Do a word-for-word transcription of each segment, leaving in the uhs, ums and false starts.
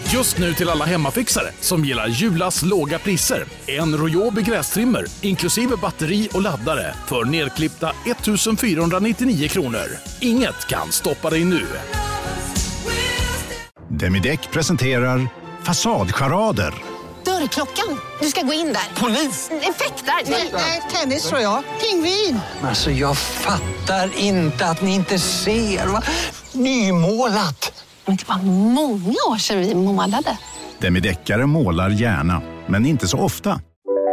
Just nu till alla hemmafixare som gillar Julas låga priser. En Royobi grästrimmer inklusive batteri och laddare för nedklippta ett fyrahundranittionio kronor. Inget kan stoppa dig nu. Demideck presenterar Fasadcharader. Dörrklockan. Du ska gå in där. Polis? Effektar? Nej, tennis tror jag. Pingvin. Alltså jag fattar inte att ni inte ser. Va? Nymålat. Men det var många år sedan vi målade. Demideckare målar gärna, men inte så ofta.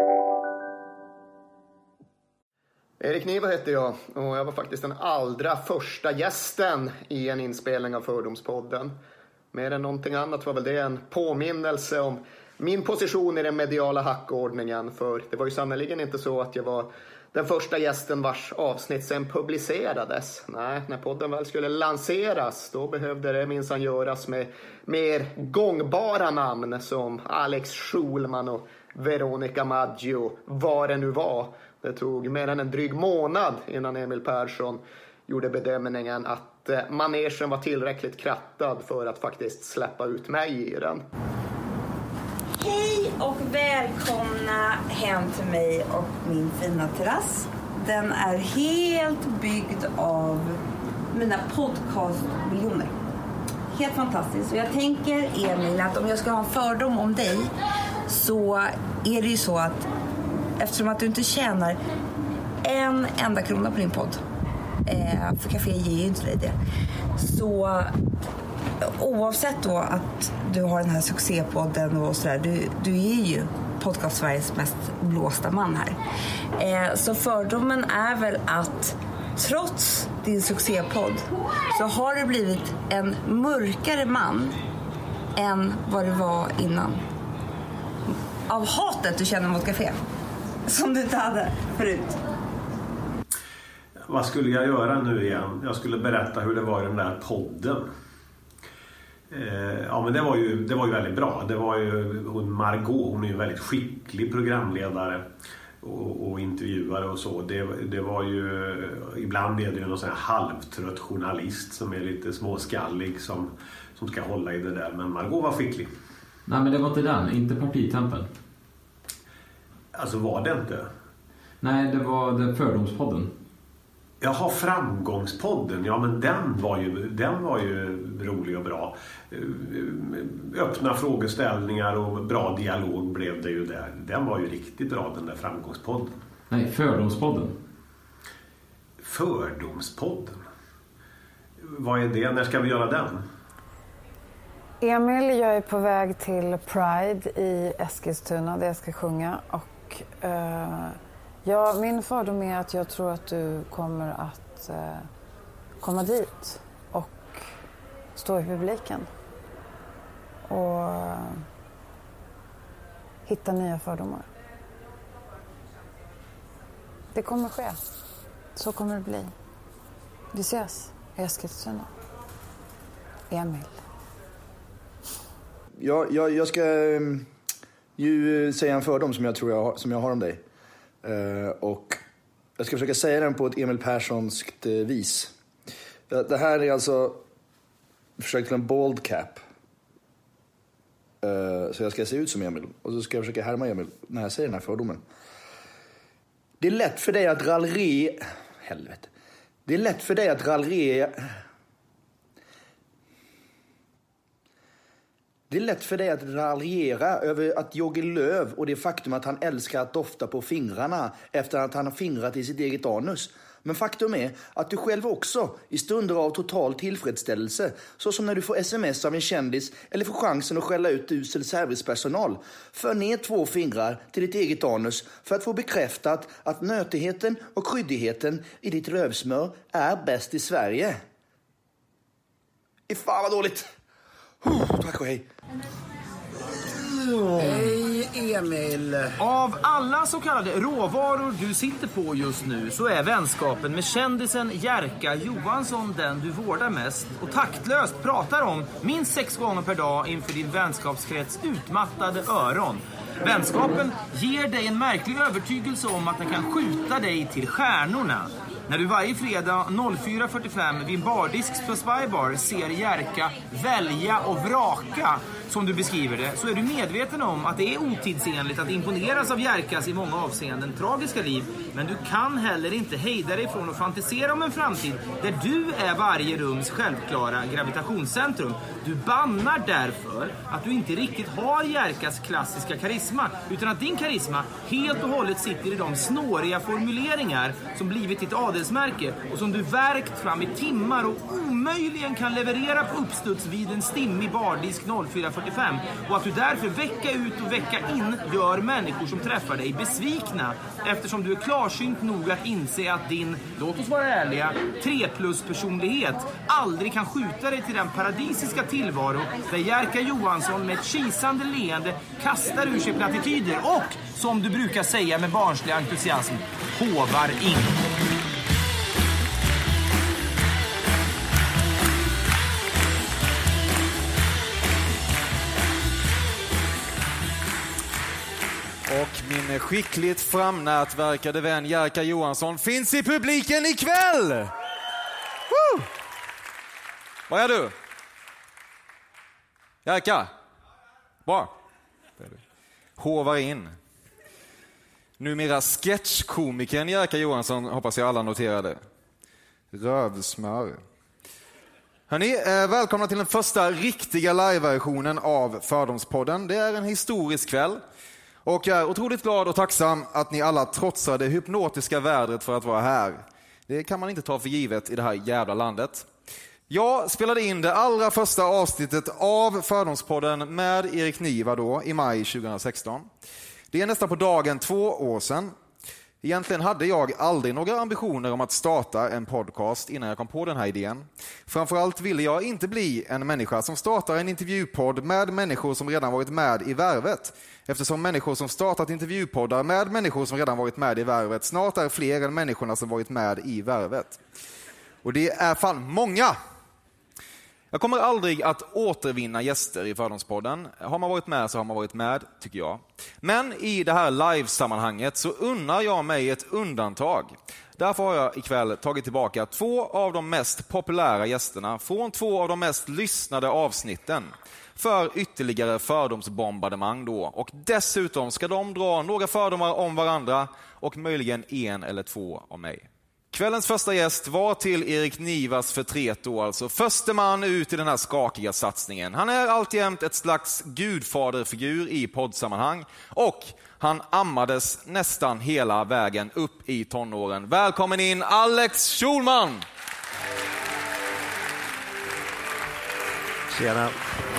Erik Niva heter jag och jag var faktiskt den allra första gästen i en inspelning av Fördomspodden. Mer än någonting annat var väl det en påminnelse om min position i den mediala hackordningen. För det var ju sannoliken inte så att jag var den första gästen vars avsnitt sen publicerades. Nej, när podden väl skulle lanseras då behövde det minsann göras med mer gångbara namn som Alex Schulman och Veronica Maggio, vad det nu var. Det tog mer än en dryg månad innan Emil Persson gjorde bedömningen att manegen var tillräckligt krattad för att faktiskt släppa ut mig i den. Hej och välkomna hem till mig och min fina terrass. Den är helt byggd av mina podcastmiljoner. Helt fantastiskt. Och jag tänker, Emil, att om jag ska ha en fördom om dig så är det ju så att eftersom att du inte tjänar en enda krona på din podd, eh, för Café ger ju inte dig det, så oavsett då att du har den här succépodden och sådär, du, du är ju podcast Sveriges mest blåsta man här. Eh, så fördomen är väl att trots din succépodd så har du blivit en mörkare man än vad du var innan. Av hatet du känner mot Café. Som du inte hade förut. Vad skulle jag göra nu igen? Jag skulle berätta hur det var i den där podden. Eh, ja, men det var ju, det var ju väldigt bra. Det var ju hon Margot, hon är ju en väldigt skicklig programledare och, och intervjuare och så. Det, det var ju, ibland är det ju någon sån här halvtrött journalist som är lite småskallig som, som ska hålla i det där. Men Margot var skicklig. Nej, men det var inte den, inte partitempen. Alltså var det inte? Nej, det var det Fördomspodden. Jaha, Framgångspodden. Ja, men den var ju, den var ju rolig och bra. Öppna frågeställningar och bra dialog blev det ju där. Den var ju riktigt bra, den där Framgångspodden. Nej, Fördomspodden. Fördomspodden? Vad är det? När ska vi göra den? Emil, jag är på väg till Pride i Eskilstuna där jag ska sjunga. Och uh, ja, min fördom är att jag tror att du kommer att uh, komma dit och stå i publiken. Och uh, hitta nya fördomar. Det kommer ske. Så kommer det bli. Vi ses i Eskilstuna. Emil. Jag, jag, jag ska um, ju säga en fördom som jag tror jag har, som jag har om dig. Uh, och jag ska försöka säga den på ett Emil Perssonskt uh, vis. Uh, det här är alltså försök till en bald cap. Uh, så jag ska se ut som Emil. Och så ska jag försöka härma Emil när jag säger den här fördomen. Det är lätt för dig att rallre... Helvete. Det är lätt för dig att rallre... Det är lätt för dig att raljera över att Jogi Löw och det faktum att han älskar att dofta på fingrarna efter att han har fingrat i sitt eget anus. Men faktum är att du själv också i stunder av total tillfredsställelse, så som när du får sms av en kändis eller får chansen att skälla ut usel servicepersonal, för ner två fingrar till ditt eget anus för att få bekräftat att nötigheten och kryddigheten i ditt rövsmör är bäst i Sverige. I fan vad dåligt! Oh, tack och hej. Hej Emil. Av alla så kallade råvaror du sitter på just nu så är vänskapen med kändisen Jerka Johansson den du vårdar mest och taktlöst pratar om minst sex gånger per dag inför din vänskapskrets utmattade öron. Vänskapen ger dig en märklig övertygelse om att den kan skjuta dig till stjärnorna. När du varje fredag fyra fyrtiofem vid en bardisk på Spybar ser Jerka välja och vraka, som du beskriver det, så är du medveten om att det är otidsenligt att imponeras av Jerkas i många avseenden tragiska liv. Men du kan heller inte hejda dig från att fantisera om en framtid där du är varje rums självklara gravitationscentrum. Du bannar därför att du inte riktigt har Jerkas klassiska karisma, utan att din karisma helt och hållet sitter i de snåriga formuleringar som blivit ditt adelsmärke och som du verkt fram i timmar och omöjligen kan leverera på uppstuds vid en stimmig bardisk fyra fyrtiofem, och att du därför vecka ut och vecka in gör människor som träffar dig besvikna, eftersom du är klarsynt nog att inse att din, låt oss vara ärliga, tre plus personlighet aldrig kan skjuta dig till den paradisiska tillvaro där Jerka Johansson med ett kisande leende kastar ur sig plattityder och, som du brukar säga med barnslig entusiasm, hovar in. Och min skickligt framnätverkade vän Jerka Johansson finns i publiken ikväll! Woo! Vad är du? Jerka? Bra. Hovar in. Numera sketchkomikern Jerka Johansson, hoppas jag alla noterade. Rövsmör. Hörrni, eh, välkomna till den första riktiga live-versionen av Fördomspodden. Det är en historisk kväll. Och jag är otroligt glad och tacksam att ni alla trotsar det hypnotiska vädret för att vara här. Det kan man inte ta för givet i det här jävla landet. Jag spelade in det allra första avsnittet av Fördomspodden med Erik Niva då i maj tjugohundrasexton. Det är nästan på dagen två år sedan. Egentligen hade jag aldrig några ambitioner om att starta en podcast innan jag kom på den här idén. Framförallt ville jag inte bli en människa som startar en intervjupodd med människor som redan varit med i värvet. Eftersom människor som startat intervjupoddar med människor som redan varit med i värvet snart är fler än människorna som varit med i värvet. Och det är fan många! Jag kommer aldrig att återvinna gäster i Fördomspodden. Har man varit med så har man varit med, tycker jag. Men i det här live-sammanhanget så unnar jag mig ett undantag. Därför har jag ikväll tagit tillbaka två av de mest populära gästerna från två av de mest lyssnade avsnitten för ytterligare fördomsbombardemang då. Och dessutom ska de dra några fördomar om varandra och möjligen en eller två om mig. Kvällens första gäst var till Erik Nivas förtret då, alltså förste man ut i den här skakiga satsningen. Han är alltjämt ett slags gudfaderfigur i poddsammanhang och han ammades nästan hela vägen upp i tonåren. Välkommen in Alex Schulman! Tjena.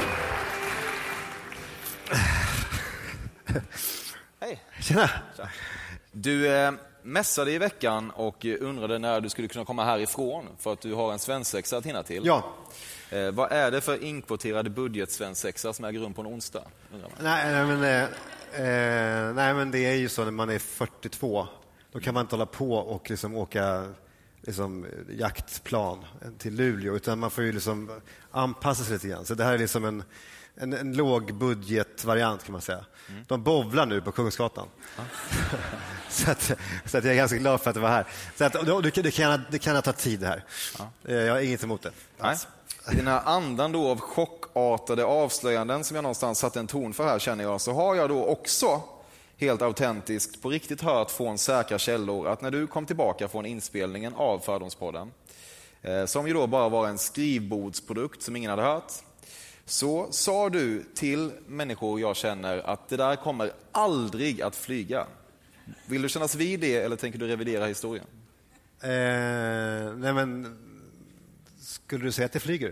Hej. Tjena. Du eh, mässade i veckan och undrade när du skulle kunna komma härifrån för att du har en svensexa att hinna till. Ja. Eh, vad är det för inkvoterade budgetsvensexa som äger rum på en onsdag? Nej, nej, men, eh, eh, nej, men det är ju så när man är fyrtiotvå. Då kan man inte hålla på och liksom åka liksom, jaktplan till Luleå, utan man får ju liksom anpassa sig lite grann. Så det här är liksom en, en, en låg budgetvariant kan man säga. Mm. De bovlar nu på Kungsgatan. Ja. så, att, så att jag är ganska glad för att det var här. Så att, det, det, kan, det kan ta tid det här. Ja. Jag har inget emot det. Nej. I den här andan då av chockartade avslöjanden som jag någonstans satt en ton för här, känner jag, så har jag då också helt autentiskt på riktigt hört från säkra källor att när du kom tillbaka från inspelningen av Fördomspodden, eh, som ju då bara var en skrivbordsprodukt som ingen hade hört, så sa du till människor jag känner att det där kommer aldrig att flyga. Vill du kännas vid det eller tänker du revidera historien? Eh, nej men, skulle du säga att det flyger?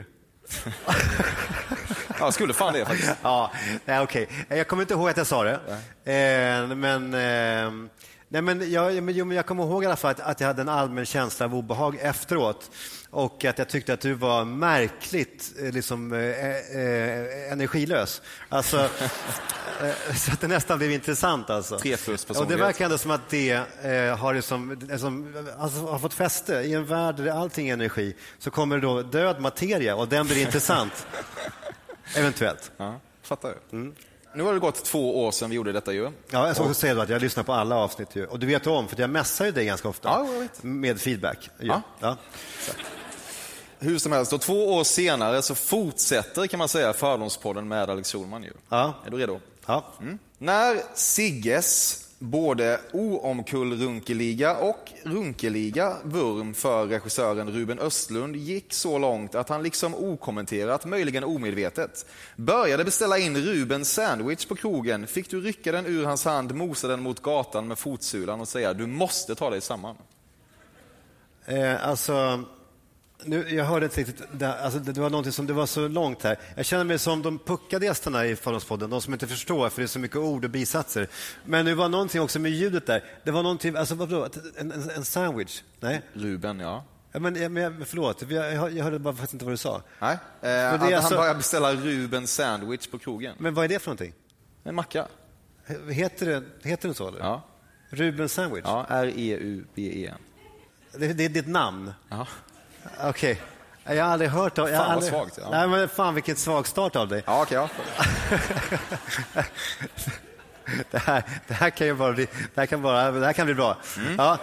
Ja, skulle fan det faktiskt. Ja, nej, okej. Jag kommer inte ihåg att jag sa det. Eh, men, eh, nej, men, jag, men jag kommer ihåg i alla fall att, att jag hade en allmän känsla av obehag efteråt. Och att jag tyckte att du var märkligt liksom, eh, eh, energilös. Alltså, eh, så att det nästan blev intressant. Alltså. Tre plus personlighet. Och det verkar ändå som att det eh, har, liksom, liksom, alltså, har fått fäste. I en värld där allting är energi så kommer det då död materia och den blir intressant. Eventuellt. Ja, fattar jag. Mm. nu har det gått två år sedan vi gjorde detta ju. Ja, jag ska också säga att jag lyssnar på alla avsnitt ju. Och du vet om, för jag messar ju dig ganska ofta. Ja, jag vet. Med feedback. Ja. Ja. Hur som helst, och två år senare så fortsätter, kan man säga, Fördomspodden med Alex Schulman ju. Ja. Är du redo? Ja. Mm. När Sigges både oomkullrunkeliga och runkeliga vurm för regissören Ruben Östlund gick så långt att han liksom okommenterat, möjligen omedvetet, började beställa in Rubens sandwich på krogen, fick du rycka den ur hans hand, mosa den mot gatan med fotsulan och säga du måste ta dig samman. Eh, alltså... Nu, jag hörde inte riktigt, det, alltså det, det var någonting som det var så långt här. Jag känner mig som de puckade gästerna i Fördomspodden, de som inte förstår för det är så mycket ord och bisatser. Men det var någonting också med ljudet där. Det var någonting, alltså vadå, en, en, en sandwich? Nej? Ruben, ja. Ja, men, men förlåt, jag, jag hörde bara faktiskt inte vad du sa. Nej, eh, det att alltså... han började beställa Ruben sandwich på krogen. Men vad är det för någonting? En macka. Heter det, heter det så? Eller? Ja. Ruben sandwich? Ja, R E U B E N. Det, det är ditt namn? Ja. Okej. Okay. Jag har aldrig hört av... Fan vad aldrig... svagt. Ja. Nej, men fan vilket svag start av dig. Ja, okej. Okay, ja. det, här, det här kan ju bara bli, det här kan, bara, det här kan bli bra. Mm. Ja.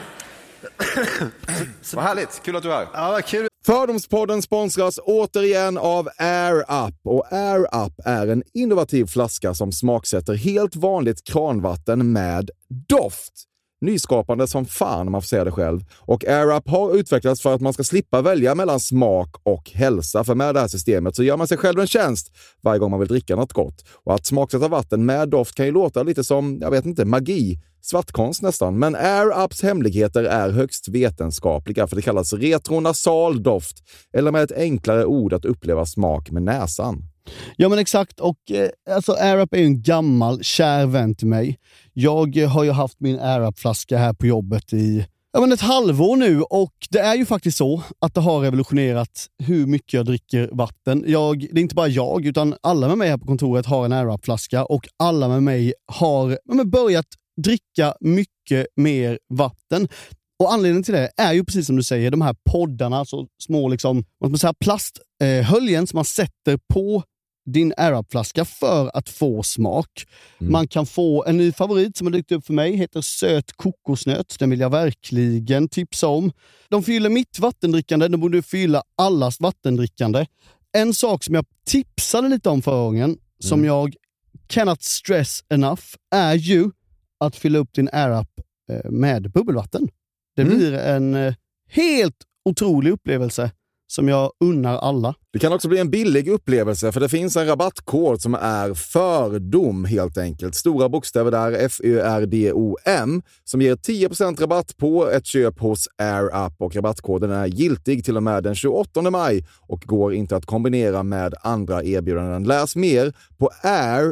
Vad härligt. Kul att du är här. Ja, vad kul. Fördomspodden sponsras återigen av Air Up. Och Air Up är en innovativ flaska som smaksätter helt vanligt kranvatten med doft. Nyskapande som fan om man får säga det själv. Och Air Up har utvecklats för att man ska slippa välja mellan smak och hälsa. För med det här systemet så gör man sig själv en tjänst varje gång man vill dricka något gott. Och att smaksätta vatten med doft kan ju låta lite som, jag vet inte, magi. Svartkonst nästan. Men Air Ups hemligheter är högst vetenskapliga för det kallas retronasal doft. Eller med ett enklare ord att uppleva smak med näsan. Ja men exakt, och eh, alltså Air Up är ju en gammal kär vän till mig. Jag eh, har ju haft min Air Up-flaska här på jobbet i ja, men ett halvår nu och det är ju faktiskt så att det har revolutionerat hur mycket jag dricker vatten. Jag, det är inte bara jag utan alla med mig här på kontoret har en Air Up-flaska och alla med mig har ja, men börjat dricka mycket mer vatten. Och anledningen till det är ju precis som du säger, de här poddarna, alltså små liksom, vad man säger, plasthöljen eh, som man sätter på din Air Up-flaska för att få smak. Mm. Man kan få en ny favorit som har dykt upp för mig, heter söt kokosnöt. Den vill jag verkligen tipsa om. De fyller mitt vattendrickande, de borde fylla allas vattendrickande. En sak som jag tipsade lite om förra gången, mm. som jag cannot stress enough, är ju att fylla upp din Air Up med bubbelvatten. Det mm. blir en helt otrolig upplevelse som jag unnar alla. Det kan också bli en billig upplevelse för det finns en rabattkod som är fördom helt enkelt. Stora bokstäver där, F Ö R D O M, som ger tio procent rabatt på ett köp hos Air Up och rabattkoden är giltig till och med den tjugoåttonde maj och går inte att kombinera med andra erbjudanden. Läs mer på air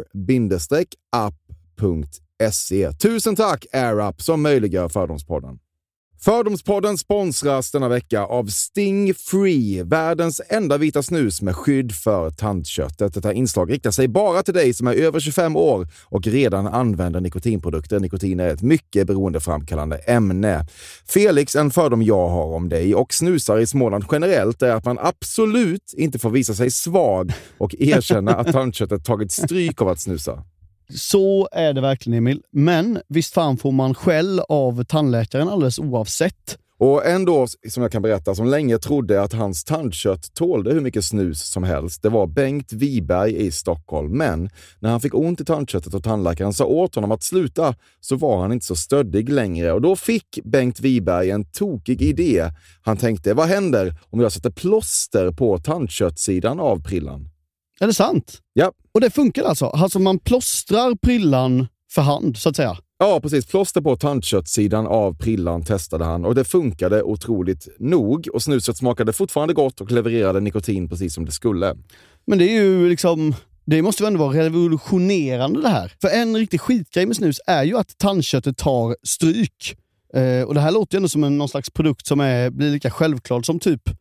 up punkt se. Tusen tack Air Up som möjliggör Fördomspodden. Fördomspodden sponsras denna vecka av Sting Free, världens enda vita snus med skydd för tandköttet. Detta inslag riktar sig bara till dig som är över tjugofem år och redan använder nikotinprodukter. Nikotin är ett mycket beroendeframkallande ämne. Felix, en fördom jag har om dig och snusar i Småland generellt är att man absolut inte får visa sig svag och erkänna att tandköttet tagit stryk av att snusa. Så är det verkligen, Emil. Men visst fan får man skäll av tandläkaren alldeles oavsett. Och ändå, som jag kan berätta, som länge trodde att hans tandkött tålde hur mycket snus som helst. Det var Bengt Wiberg i Stockholm. Men när han fick ont i tandköttet och tandläkaren sa åt honom att sluta så var han inte så stöddig längre. Och då fick Bengt Wiberg en tokig idé. Han tänkte, vad händer om jag sätter plåster på tandköttsidan av prillan? Är det sant? Ja. Och det funkar alltså? Alltså man plåstrar prillan för hand, så att säga? Ja, precis. Plåster på tandköttsidan av prillan testade han och det funkade otroligt nog. Och snuset smakade fortfarande gott och levererade nikotin precis som det skulle. Men det är ju liksom... Det måste ju ändå vara revolutionerande det här. För en riktig skitgrej med snus är ju att tandköttet tar stryk. Eh, och det här låter ju ändå som en, någon slags produkt som är, blir lika självklart som typ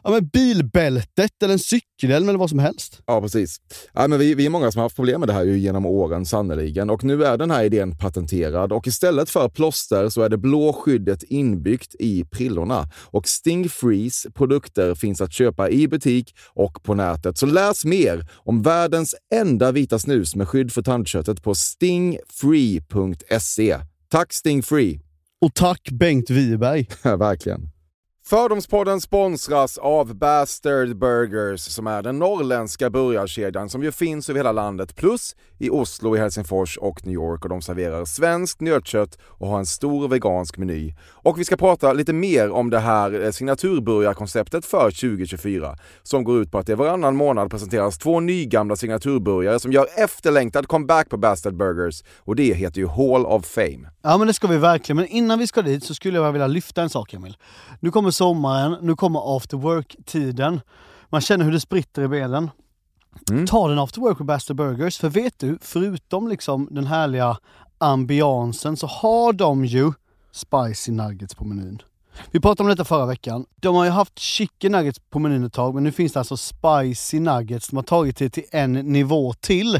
ja, men bilbältet eller en cykelhjälm eller vad som helst. Ja, precis. Ja, men vi, vi är många som har haft problem med det här ju genom åren sannoliken. Och nu är den här idén patenterad. Och istället för plåster så är det blå skyddet inbyggt i prillorna. Och Stingfrees produkter finns att köpa i butik och på nätet. Så läs mer om världens enda vita snus med skydd för tandköttet på stingfree punkt se. Tack Stingfree! Och tack Bengt Wiberg. Verkligen. Fördomspodden sponsras av Bastard Burgers som är den norrländska burgarkedjan som ju finns över hela landet plus i Oslo, i Helsingfors och New York, och de serverar svenskt nötkött och har en stor vegansk meny. Och vi ska prata lite mer om det här signaturburgarkonceptet för tjugo tjugofyra som går ut på att det varannan månad presenteras två nygamla signaturburgare som gör efterlängtad comeback på Bastard Burgers, och det heter ju Hall of Fame. Ja, men det ska vi verkligen. Men innan vi ska dit så skulle jag vilja lyfta en sak, Emil. Nu kommer sommaren, nu kommer after work-tiden. Man känner hur det spritter i benen. Mm. Ta den after work på Bastard Burgers. För vet du, förutom liksom den härliga ambiansen så har de ju spicy nuggets på menyn. Vi pratade om detta förra veckan. De har ju haft chicken nuggets på menyn ett tag, men nu finns det alltså spicy nuggets. De har tagit det till en nivå till.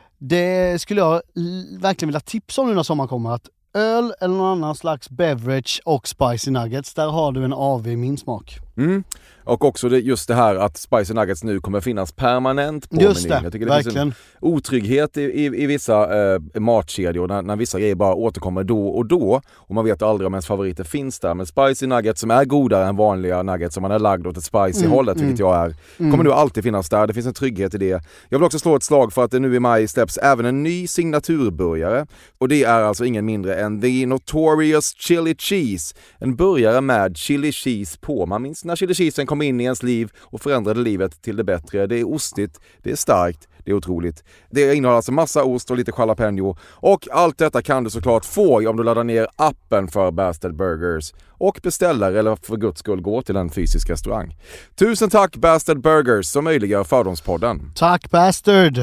Det skulle jag verkligen vilja tipsa om nu när sommaren kommer, att öl eller någon annan slags beverage och spicy nuggets, där har du en A V i min smak. Mm. Och också det, just det här att spicy nuggets nu kommer finnas permanent på just menyn. Det, jag tycker det verkligen. finns en otrygghet i, i, i vissa eh, matkedjor när, när vissa grejer bara återkommer då och då och man vet aldrig om ens favoriter finns där. Men spicy nuggets som är godare än vanliga nuggets som man är lagd åt ett spicy mm, hållet, vilket mm. jag är, kommer mm. nu alltid finnas där. Det finns en trygghet i det. Jag vill också slå ett slag för att det nu i maj släpps även en ny signaturburgare, och det är alltså ingen mindre än The Notorious Chili Cheese. En burgare med chili cheese på. Man minns när chili cheesen kom in i ens liv och förändrade livet till det bättre. Det är ostigt, det är starkt, det är otroligt. Det innehåller alltså massa ost och lite jalapeno. Och allt detta kan du såklart få om du laddar ner appen för Bastard Burgers och beställer, eller för guds skull gå till en fysisk restaurang. Tusen tack Bastard Burgers som möjliggör Fördomspodden. Tack Bastard!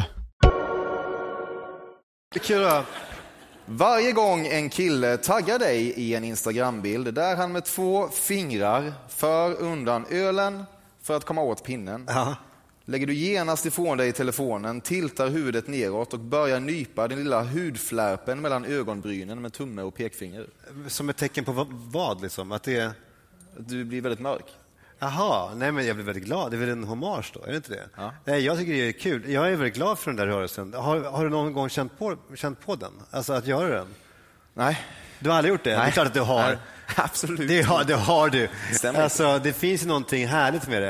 Kul. Varje gång en kille taggar dig i en Instagram-bild där han med två fingrar för undan ölen för att komma åt pinnen, ja. lägger du genast ifrån dig telefonen, tiltar huvudet neråt och börjar nypa den lilla hudflärpen mellan ögonbrynen med tumme och pekfinger. Som ett tecken på vad liksom? Att det... Du blir väldigt mörk. Jaha, nej men jag blir väldigt glad. Det är väl en hommage då, är det inte det? Ja. Nej, jag tycker det är kul. Jag är väldigt glad för den där rörelsen. Har, har du någon gång känt på, känt på den? Alltså att göra den? Nej. Du har aldrig gjort det? Nej. Det är klart att du har. Nej, absolut. Det har, det har du. Stämmer. Alltså, det finns ju någonting härligt med det.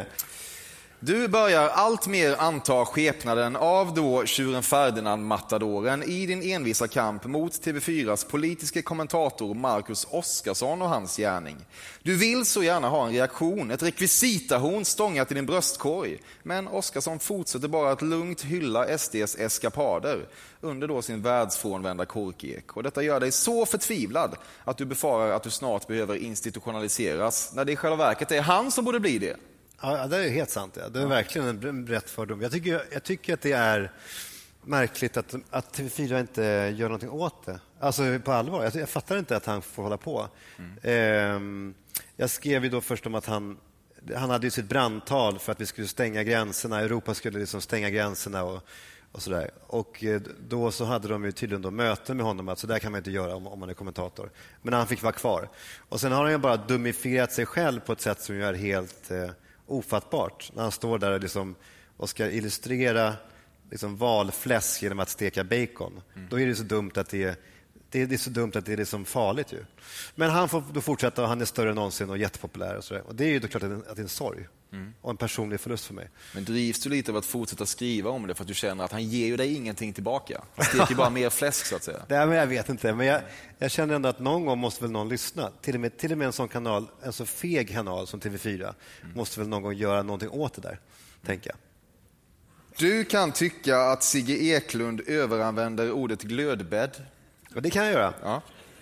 Du börjar allt mer anta skepnaden av då tjuren Ferdinand-matadoren i din envisa kamp mot T V fyras politiska kommentator Marcus Oskarsson och hans gärning. Du vill så gärna ha en reaktion, ett rekvisitahorn stångat i din bröstkorg. Men Oskarsson fortsätter bara att lugnt hylla S D:s eskapader under då sin världsfrånvända korkek. Och detta gör dig så förtvivlad att du befarar att du snart behöver institutionaliseras, när det i själva verket är han som borde bli det. Ja, det är helt sant. Ja. Det är ja. verkligen en rätt fördom. Jag tycker, jag tycker att det är märkligt att, att T V fyra inte gör någonting åt det. Alltså på allvar. Jag, jag fattar inte att han får hålla på. Mm. Ehm, jag skrev ju då först om att han, han hade ju sitt brandtal för att vi skulle stänga gränserna. Europa skulle liksom stänga gränserna och, och sådär. Och då så hade de ju tydligen då möten med honom att så där kan man inte göra om, om man är kommentator. Men han fick vara kvar. Och sen har han ju bara dumifierat sig själv på ett sätt som är helt... Eh, ofattbart när han står där och, liksom, och ska illustrera liksom valfläsk genom att steka bacon. Mm. Då är det så dumt att det är, det är, det är så dumt att det är liksom farligt ju. Men han får då fortsätta och han är större än någonsin och jättepopulär och så där. Och det är ju då klart att det är en sorg mm. och en personlig förlust för mig. Men drivs du lite av att fortsätta skriva om det för att du känner att han ger ju dig ingenting tillbaka? Han steker bara mer fläsk så att säga. Nej, men jag vet inte, men jag, jag känner ändå att någon gång måste väl någon lyssna. Till och med, till och med en sån kanal, en så feg kanal som T V fyra mm. måste väl någon gång göra någonting åt det där, mm. tänker jag. Du kan tycka att Sigge Eklund överanvänder ordet glödbädd. Och det kan jag göra. Ja.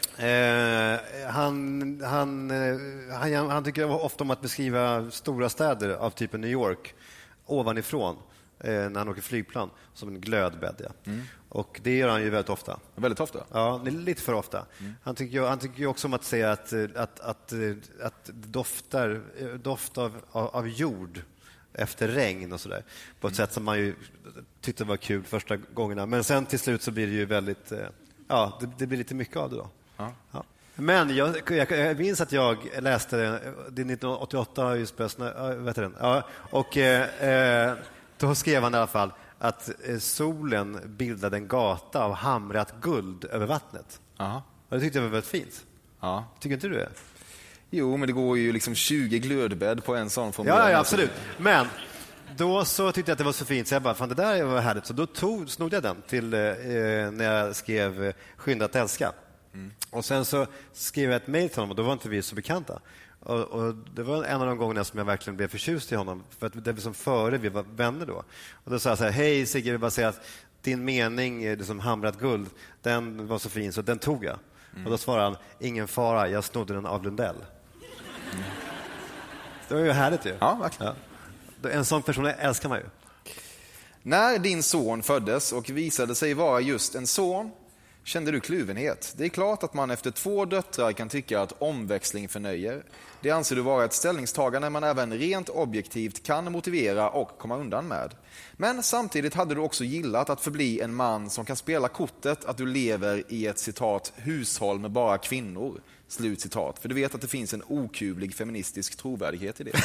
Eh, han, han, han, han tycker ofta om att beskriva stora städer av typen New York ovanifrån. eh, när han åker flygplan som en glödbädd. Ja. Mm. Och det gör han ju väldigt ofta. Väldigt ofta? Ja, lite för ofta. Mm. Han tycker ju, han tycker ju också om att säga att, att, att, att doftar, doft av, av jord efter regn och sådär. På ett mm. sätt som man ju tyckte var kul första gångerna. Men sen till slut så blir det ju väldigt... Ja, det, det blir lite mycket av det då. Ja. Ja. Men jag, jag, jag minns att jag läste det är nittonhundraåttioåtta just bäst, vet den. Ja, och eh, då skrev han i alla fall att solen bildade en gata av hamrat guld över vattnet. Aha. Och det tyckte jag var väldigt fint. Ja. Tycker inte du det? Jo, men det går ju liksom tjugo glödbädd på en sån formulering. Ja, ja, absolut. Men då så tyckte jag att det var så fint så jag bara, fan det där var härligt. Så då tog, snodde jag den till eh, när jag skrev Skynda att älska. Mm. Och sen så skrev jag ett mejl till honom och då var inte vi så bekanta. Och, och det var en av de gångerna som jag verkligen blev förtjust i honom. För att det var som före vi var vänner då. Och då sa jag så här, hej Sigge, jag vill bara säga att din mening, det som hamrat guld, den var så fin så den tog jag. Mm. Och då svarade han, ingen fara, jag snodde den av Lundell. Mm. Det var ju härligt ju. Ja, verkligen. Ja. En sån person älskar man ju. När din son föddes och visade sig vara just en son kände du kluvenhet. Det är klart att man efter två döttrar kan tycka att omväxling förnöjer. Det anser du vara ett ställningstagande man även rent objektivt kan motivera och komma undan med. Men samtidigt hade du också gillat att förbli en man som kan spela kortet att du lever i ett citat hushåll med bara kvinnor. Slut citat. För du vet att det finns en okuvlig feministisk trovärdighet i det.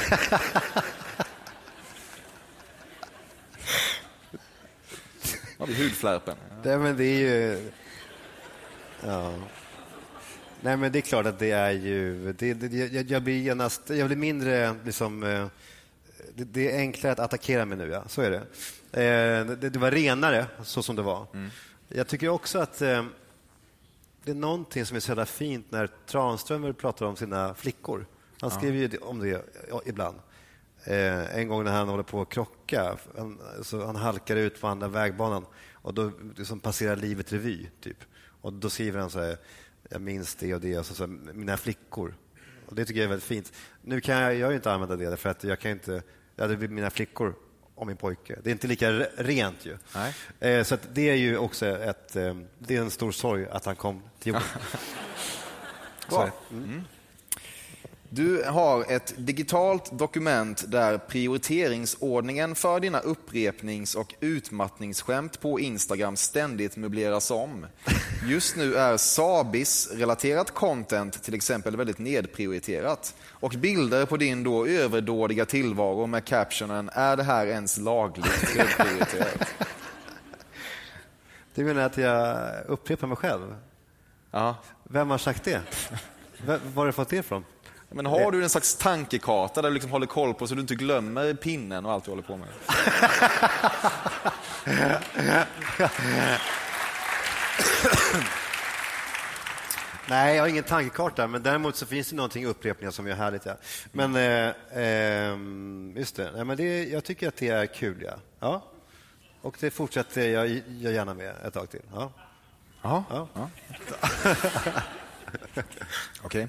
Har vi hudflärpen? Nej, men det är ju... Ja. Nej, men det är klart att det är ju... Det, det, jag, jag blir genast... Jag blir mindre liksom... Det, det är enklare att attackera mig nu, ja. Så är det. Eh, det, det var renare, så som det var. Mm. Jag tycker också att eh, det är någonting som är så jävla fint när Tranströmer pratar om sina flickor. Han skriver ju om det ibland. Eh, en gång när han håller på att krocka, han, så han halkar ut på andra vägbanan och då liksom passerar livet revy typ. Och då skriver han så här, jag minns det och det och så, så mina flickor. Och det tycker jag är väldigt fint. Nu kan jag, jag inte använda det för att jag kan inte, ja, det blir mina flickor och min pojke. Det är inte lika rent ju. Nej. Eh, så att det är ju också ett, eh, det är en stor sorg att han kom till jorden. Bra. Mm. Mm. Du har ett digitalt dokument där prioriteringsordningen för dina upprepnings- och utmattningsskämt på Instagram ständigt möbleras om. Just nu är Sabis-relaterat content till exempel väldigt nedprioriterat. Och bilder på din då överdådiga tillvaro med captionen är det här ens lagligt nedprioriterat? Du menar att jag upprepar mig själv? Ja. Vem har sagt det? Var har du fått det ifrån? Men har du en slags tankekarta där du liksom håller koll på så du inte glömmer pinnen och allt du håller på med? Nej, jag har ingen tankekarta, men däremot så finns det någonting i upprepningar som är härligt. Ja. Men eh, eh, just det, Nej, men det, jag tycker att det är kul. Ja. Ja. Och det fortsätter jag, jag gärna med ett tag till. Ja. Aha. Ja. Ja. Okej. Okay.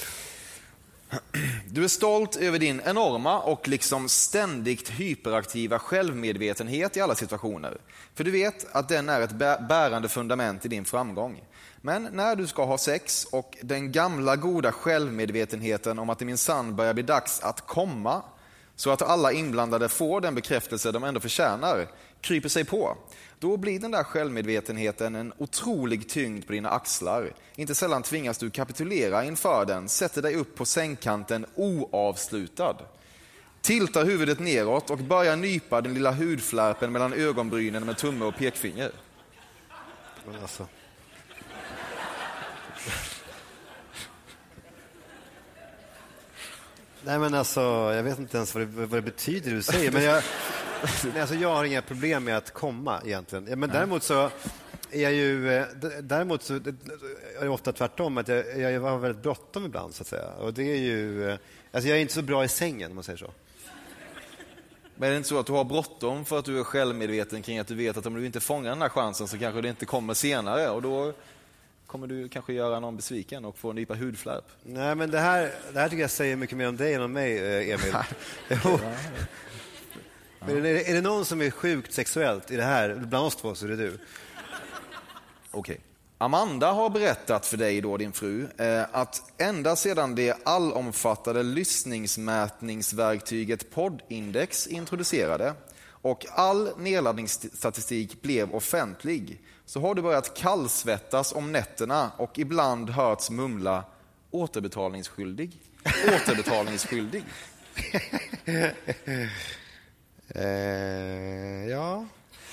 Du är stolt över din enorma och liksom ständigt hyperaktiva självmedvetenhet i alla situationer. För du vet att den är ett bärande fundament i din framgång. Men när du ska ha sex och den gamla goda självmedvetenheten om att det minsann börjar bli dags att komma, så att alla inblandade får den bekräftelse de ändå förtjänar, kryper sig på. Då blir den där självmedvetenheten en otrolig tyngd på dina axlar. Inte sällan tvingas du kapitulera inför den, sätter dig upp på sängkanten oavslutad. Tiltar huvudet neråt och börjar nypa den lilla hudflärpen mellan ögonbrynen med tumme och pekfinger. Men alltså... Nej, men alltså, jag vet inte ens vad det, vad det betyder du säger, men jag, alltså, jag har inga problem med att komma egentligen. Men däremot så är jag ju, däremot så är det ofta tvärtom, att jag, jag har väldigt bråttom ibland så att säga. Och det är ju, alltså jag är inte så bra i sängen om man säger så. Men är det inte så att du har bråttom för att du är självmedveten kring att du vet att om du inte fångar den här chansen så kanske det inte kommer senare och då kommer du kanske göra någon besviken och få en nypa hudflärp? Nej, men det här, det här tycker jag säger mycket mer om dig än om mig, Emil. Jo. Men är, det, är det någon som är sjukt sexuellt i det här, bland oss två, så är det du. Okej. Okay. Amanda har berättat för dig, då, din fru, eh, att ända sedan det allomfattade lyssningsmätningsverktyget Podindex introducerade och all nedladdningsstatistik blev offentlig, så har du börjat kallsvettas om nätterna och ibland hörts mumla återbetalningsskyldig. Återbetalningsskyldig. eh, ja...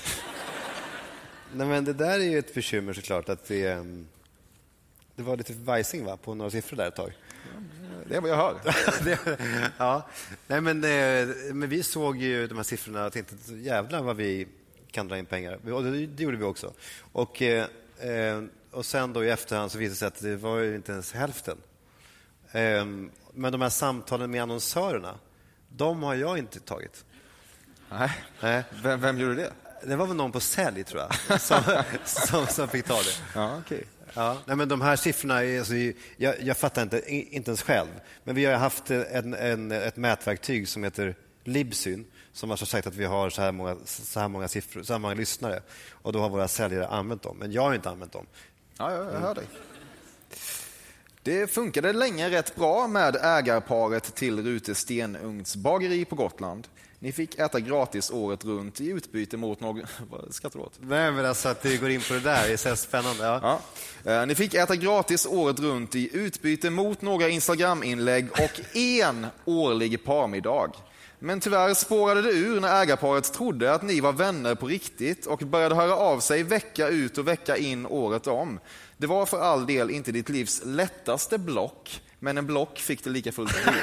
Nej, men det där är ju ett bekymmer såklart. Att det, det var lite vajsing, va, på några siffror där ett tag. Det är vad jag hör. Ja. Nej, men, men vi såg ju de här siffrorna och tänkte jävlar vad vi kan dra in pengar. Och det, det gjorde vi också. Och, eh, och sen då i efterhand så visade det sig att det var ju inte ens hälften. Eh, men de här samtalen med annonsörerna, de har jag inte tagit. Nej. Nej. Vem, vem gjorde det? Det var väl någon på sälj, tror jag, som, som, som fick ta det. Ja, okay. Ja, nej, men de här siffrorna, är, alltså, jag, jag fattar inte, inte ens själv. Men vi har haft en, en, ett mätverktyg som heter Libsyn, som har sagt att vi har så här många, så här många siffror, så här många lyssnare. Och då har våra säljare använt dem, men jag har inte använt dem. Ja, jag, jag hör dig. Det funkade länge rätt bra med ägarparet till Rute Stenugnsbageri på Gotland. Ni fick äta gratis året runt i utbyte mot någon... Vad skrattar du åt? Nej, men alltså att det går in på det där är så spännande. Ja. Ja. Ni fick äta gratis året runt i utbyte mot några Instagram-inlägg och en årlig parmiddag. Men tyvärr spårade det ur när ägarparet trodde att ni var vänner på riktigt och började höra av sig vecka ut och vecka in året om. Det var för all del inte ditt livs lättaste block, men en block fick det lika fullt bli.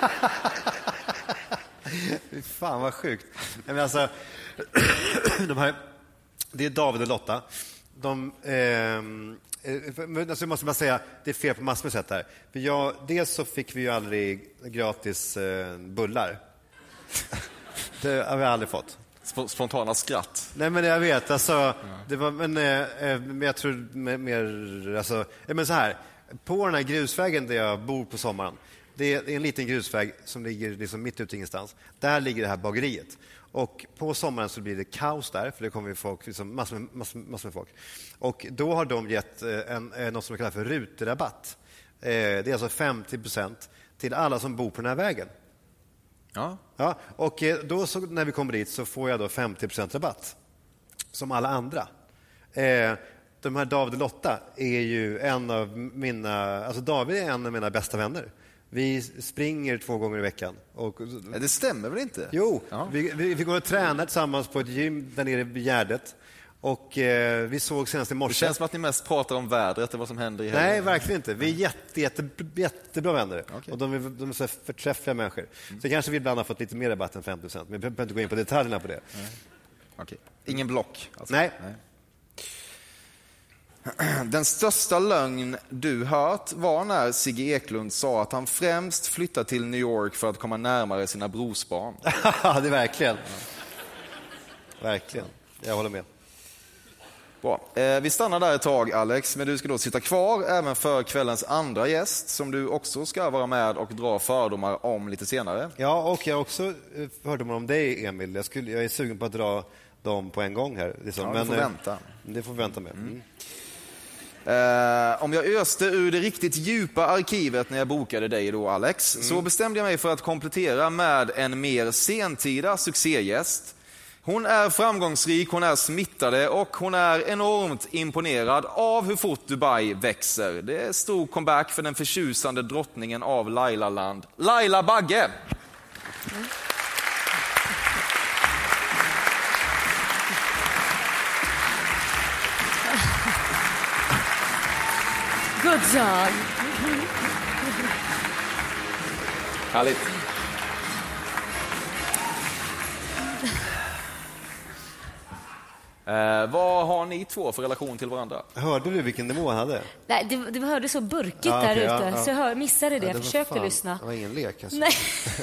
Fan vad sjukt. Men alltså, de här, det är David och Lotta. De, eh, alltså jag måste bara säga, det är fel på massor med sätt här. För jag, dels så fick vi ju aldrig gratis eh, bullar. Det har vi aldrig fått. Spontana skratt. Nej, men jag vet, alltså, ja. Det var, men, eh, men jag tror mer, alltså, men så här, på den här grusvägen där jag bor på sommaren, det är en liten grusväg som ligger liksom mitt ute ingenstans. Där ligger det här bageriet. Och på sommaren så blir det kaos där, för det kommer folk, liksom massor, med, massor, massor med folk. Och då har de gett en, en, något som de kallar för rutrabatt. Eh, det är alltså femtio procent till alla som bor på den här vägen. Ja. Ja, och då så, när vi kommer dit så får jag då femtio procent rabatt. Som alla andra. Eh, de här David och Lotta är ju en av mina... Alltså David är en av mina bästa vänner. Vi springer två gånger i veckan. Och, ja, det stämmer väl inte? Jo, ja. vi, vi, vi går och tränar tillsammans på ett gym där nere vid Gärdet. Och eh, vi såg senast i morse... Det känns som att ni mest pratar om vädret och vad som händer i helgen. Nej, verkligen inte. Vi är jätte, jätte, jättebra vänner. Okay. Och de är, de är så förträffliga människor. Mm. Så kanske vi ibland har fått lite mer rabatt än femtio procent. Men vi behöver inte gå in på detaljerna på det. Nej. Okay. Ingen block? Alltså. Nej. Nej. Den största lögn du hört var när Sigge Eklund sa att han främst flyttat till New York för att komma närmare sina brorsbarn. Ja, det är verkligen. Ja. Verkligen. Jag håller med. Bra. Eh, vi stannar där ett tag, Alex, men du ska då sitta kvar även för kvällens andra gäst som du också ska vara med och dra fördomar om lite senare. Ja, och jag har också fördomar om dig, Emil. Jag, skulle, jag är sugen på att dra dem på en gång här. Liksom. Ja, men, du får vänta. Det får vi vänta med. Mm. Uh, om jag öste ur det riktigt djupa arkivet när jag bokade dig då, Alex, mm. så bestämde jag mig för att komplettera med en mer sentida succégäst. Hon är framgångsrik, hon är smittade och hon är enormt imponerad av hur fort Dubai växer. Det är stor comeback för den förtjusande drottningen av Lailaland, Laila Bagge. Mm. Good job. Härligt. Eh, vad har ni två för relation till varandra? Hörde du vilken nivå han hade? Nej, det, det hörde så burkigt ja, där okay, ute, ja, ja. så jag hör, missade det. Ja, jag det försökte fan, lyssna. Det var ingen lek. Alltså. Nej.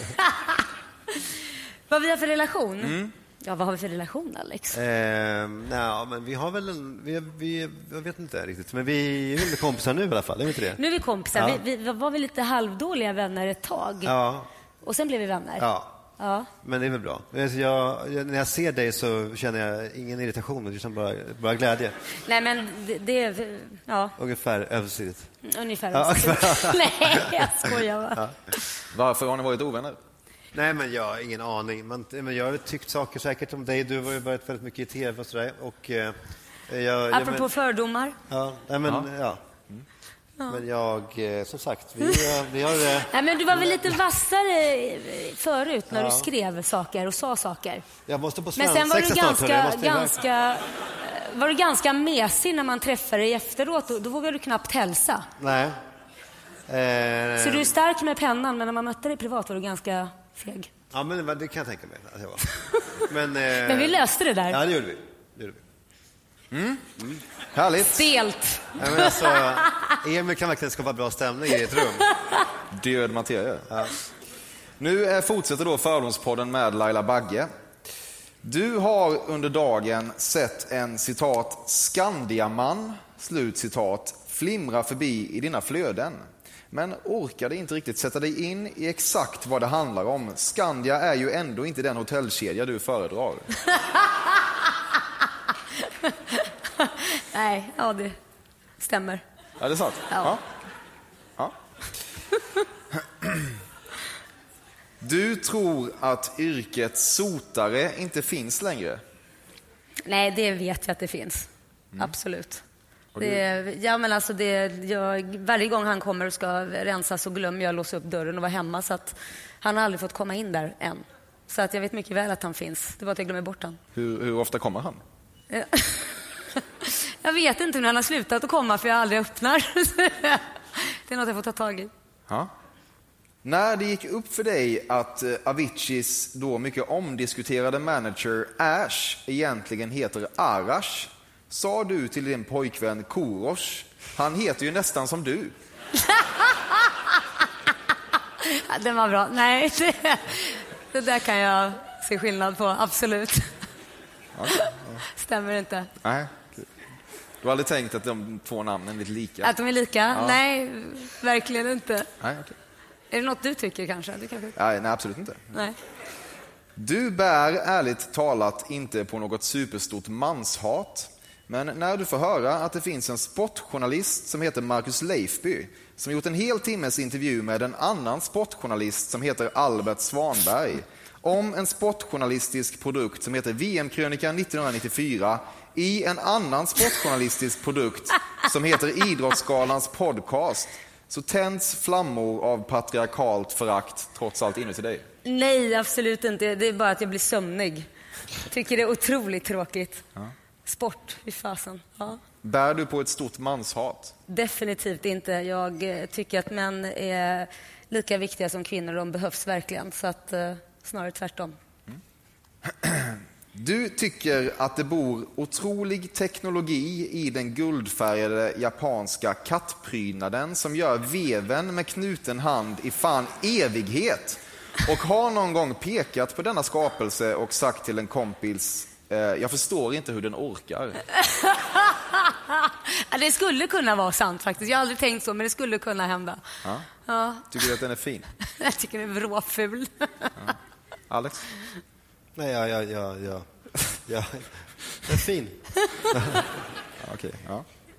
Vad vi har för relation? Mm. Ja, vad har vi för relation, Alex? Eh, nej, men vi har väl en... Vi, vi, jag vet inte riktigt, men vi är väl kompisar nu i alla fall, är vi inte det? Nu är vi kompisar. Ja. Vi, vi var väl lite halvdåliga vänner ett tag. Ja. Och sen blev vi vänner. Ja. Ja. Men det är väl bra. Jag, jag, när jag ser dig så känner jag ingen irritation, utan bara, bara glädje. Nej, men det, det är... Ja. Ungefär översidigt. Ungefär ja, översidigt. Nej, jag skojar bara. Ja. Varför har ni varit ovänner? Nej, men jag har ingen aning. Men, men jag har tyckt saker säkert om dig. Du har ju varit väldigt mycket i tv och sådär. Och, eh, jag, Apropå jag, men, fördomar. Ja, nej, men, ja. ja. Mm. Ja. Men jag, som sagt, vi, vi har... Nej, men du var väl lite vassare förut när ja. du skrev saker och sa saker. Jag måste på men sen var du ganska, snart, ganska, var du ganska mesig när man träffade dig efteråt. Då, då vågade du knappt hälsa. Nej. Eh, Så du är stark med pennan, men när man mötte dig privat var du ganska feg. Ja, men det kan jag tänka mig att jag var. Men, eh, men vi löste det där. Ja, det gjorde vi. Det gjorde vi. Mm. Mm. Härligt. Stelt. Ja, men alltså, Emil kan verkligen skapa bra stämning i ett rum. Död materia. Ja. Nu är, fortsätter då Fördomspodden med Laila Bagge. Du har under dagen sett en citat Skandiaman, slut citat, flimra förbi i dina flöden. Men orkade inte riktigt sätta dig in i exakt vad det handlar om. Skandia är ju ändå inte den hotellkedja du föredrar. Nej, ja det stämmer. Ja, det är sant. Ja. Ja. Ja. Du tror att yrket sotare inte finns längre? Nej, det vet jag att det finns. Mm. Absolut. Det, ja, men alltså det, jag, varje gång han kommer och ska rensa så glömmer jag att låsa upp dörren och vara hemma. Så att han har aldrig fått komma in där än. Så att jag vet mycket väl att han finns. Det var att jag glömmer bort han. Hur, hur ofta kommer han? Jag vet inte när han har slutat att komma, för jag aldrig öppnar. Det är något jag får ta tag i. Ja. När det gick upp för dig att Aviciis då mycket omdiskuterade manager Ash egentligen heter Arash, sa du till din pojkvän Korosh, han heter ju nästan som du. Ja, den var bra. Nej, det, det där kan jag se skillnad på, absolut. Ja. Stämmer inte. Nej. Du har aldrig tänkt att de två namnen är lite lika? Att de är lika? Ja. Nej, verkligen inte. Nej, okay. Är det något du tycker kanske? Det kanske... Nej, nej, absolut inte. Nej. Du bär ärligt talat inte på något superstort manshat. Men när du får höra att det finns en sportjournalist som heter Marcus Leifby som gjort en hel timmes intervju med en annan sportjournalist som heter Albert Svanberg om en sportjournalistisk produkt som heter V M-krönikan nittonhundranittiofyra i en annan sportjournalistisk produkt som heter Idrottsgalans podcast, så tänds flammor av patriarkalt förakt trots allt inuti dig. Nej, absolut inte. Det är bara att jag blir sömnig. Jag tycker det är otroligt tråkigt. Ja. Sport, i fasen. Ja. Bär du på ett stort manshat? Definitivt inte. Jag tycker att män är lika viktiga som kvinnor. De behövs verkligen. Så att, eh, snarare tvärtom. Mm. Du tycker att det bor otrolig teknologi i den guldfärgade japanska kattprydnaden som gör veven med knuten hand i fan evighet. Och har någon gång pekat på denna skapelse och sagt till en kompis, eh, jag förstår inte hur den orkar. Det skulle kunna vara sant faktiskt. Jag har aldrig tänkt så, men det skulle kunna hända. Ja. Ja. Tycker du att den är fin? Jag tycker den är vråful. Ja. Alex? Nej, ja, ja, ja, ja. ja. Den är fin. Okej, ja.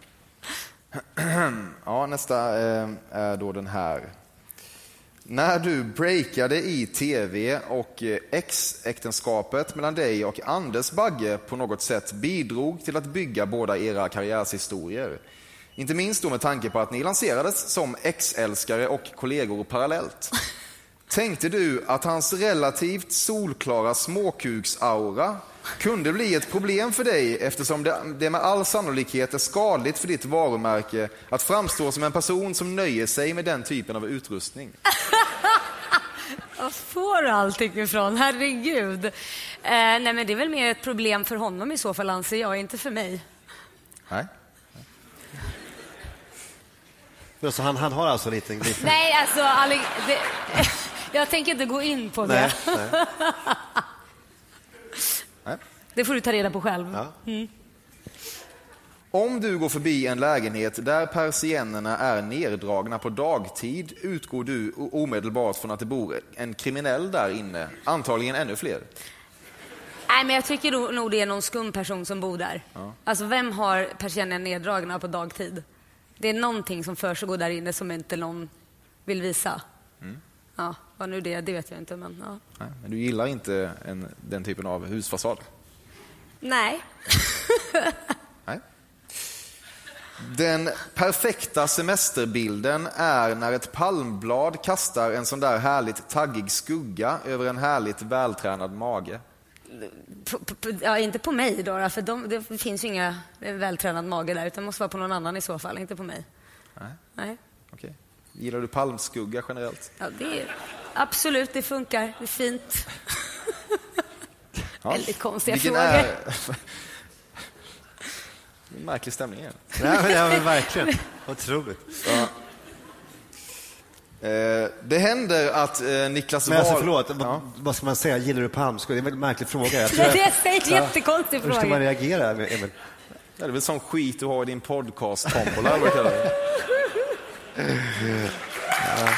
Ja, nästa eh, är då den här. När du breakade i tv och ex-äktenskapet mellan dig och Anders Bagge på något sätt bidrog till att bygga båda era karriärshistorier. Inte minst då med tanke på att ni lanserades som ex-älskare och kollegor parallellt. Tänkte du att hans relativt solklara småkuksaura kunde bli ett problem för dig eftersom det, det med all sannolikhet är skadligt för ditt varumärke att framstå som en person som nöjer sig med den typen av utrustning? Vad får du allting ifrån? Herregud. Eh, nej, men det är väl mer ett problem för honom i så fall, anser jag, inte för mig. Nej. Så han, han har alltså lite... lite... Nej, alltså... Alec, det, jag tänker inte gå in på det. Nej, nej. Det får du ta reda på själv. Ja. Mm. Om du går förbi en lägenhet där persiennerna är neddragna på dagtid utgår du omedelbart från att det bor en kriminell där inne. Antagligen ännu fler. Nej, men jag tycker nog det är någon skum person som bor där. Ja. Alltså, vem har persiennerna neddragna på dagtid? Det är någonting som försiggår där inne som inte någon vill visa. Mm. Ja, vad nu det, det vet jag inte. Men, ja. Nej, men du gillar inte en, den typen av husfasad? Nej. Nej. Den perfekta semesterbilden är när ett palmblad kastar en sån där härligt taggig skugga över en härligt vältränad mage. P- p- ja, inte på mig då, för de, det finns ju inga vältränad mage där, utan det måste vara på någon annan i så fall, inte på mig. Nej. Nej. Okej. Gillar du palmskugga generellt? Ja, det är, absolut, det funkar. Det är fint. Ja. Väldigt konstiga Vilken frågor. är... Det är en märklig stämning igen. Nej, men, ja, men verkligen. Otroligt. Ja. Eh, det händer att eh, Niklas Men alltså, Wahl... förlåt, Ja. vad ska man säga? Gillar du palmskugga? Det är en väldigt märklig fråga. Jag Det är en jättekonstig Hur ska man fråga. reagera, Emil? Ja, det är väl sån skit du har i din podcast, tombola, eller vad kallar det? Ja.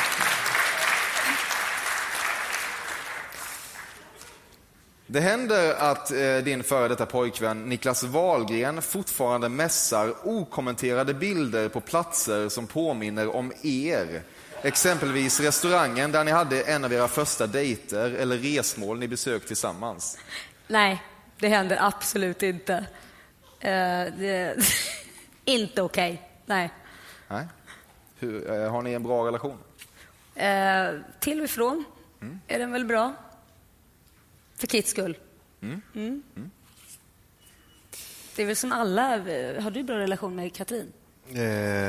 Det händer att eh, din före detta pojkvän Niklas Wahlgren fortfarande mässar okommenterade bilder på platser som påminner om er. Exempelvis restaurangen där ni hade en av era första dejter eller resmål ni besökt tillsammans. Nej, det händer absolut inte. Uh, det... inte okej. Okay. Nej. Nej. Hur, eh, har ni en bra relation? Uh, till och ifrån mm. är den väl bra. För Kits skull. Mm. Mm. Mm. Det är väl som alla. Har du bra relation med Katrin? Eh...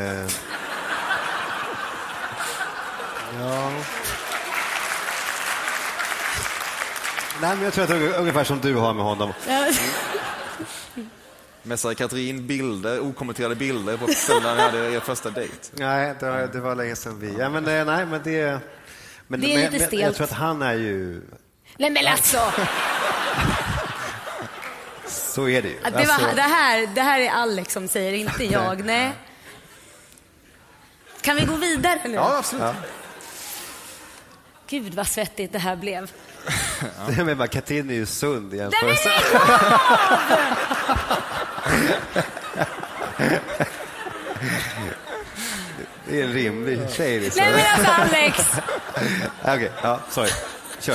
Ja. Nej, men jag tror att det är ungefär som du har med honom. Mässar Katrin bilder, okommenterade bilder på ställen där ni hade er första dejt? Nej, det var, det var länge sedan vi... Ja, men nej, men det... Men, det är men, lite stelt. Jag tror att han är ju... Nej, men alltså... Så är det ju. Det, var, alltså... det, här, det här är Alex som säger, inte jag. Nej. Kan vi gå vidare nu? Ja, absolut. Ja. Gud, vad svettigt det här blev. Ja. Det med bara, Katrin är ju sund i jämförelse. Det är en rimlig tjej. Liksom. Nej, men alltså, Alex! Okej, okay, ja, sorry. Kör.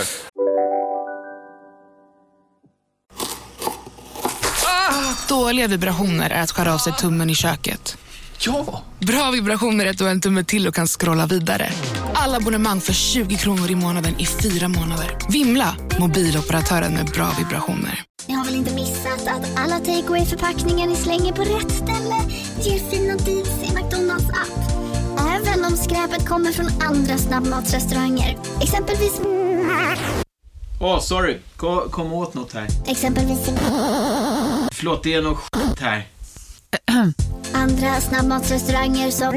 Ah, dåliga vibrationer är att skära av sig tummen i köket. Ja! Bra vibrationer är att du har en tumme till och kan scrolla vidare. Alla abonnemang för tjugo kronor i månaden i fyra månader. Vimla! Mobiloperatören med bra vibrationer. Ni har väl inte missat att alla takeaway förpackningar ni slänger på rätt ställe ger fina deals i McDonalds app. Även om skräpet kommer från andra snabbmatsrestauranger. Exempelvis... Åh, oh, sorry. Kom, kom åt något här. Exempelvis... Förlåt, det är något skit här. Andra snabbmatsrestauranger som...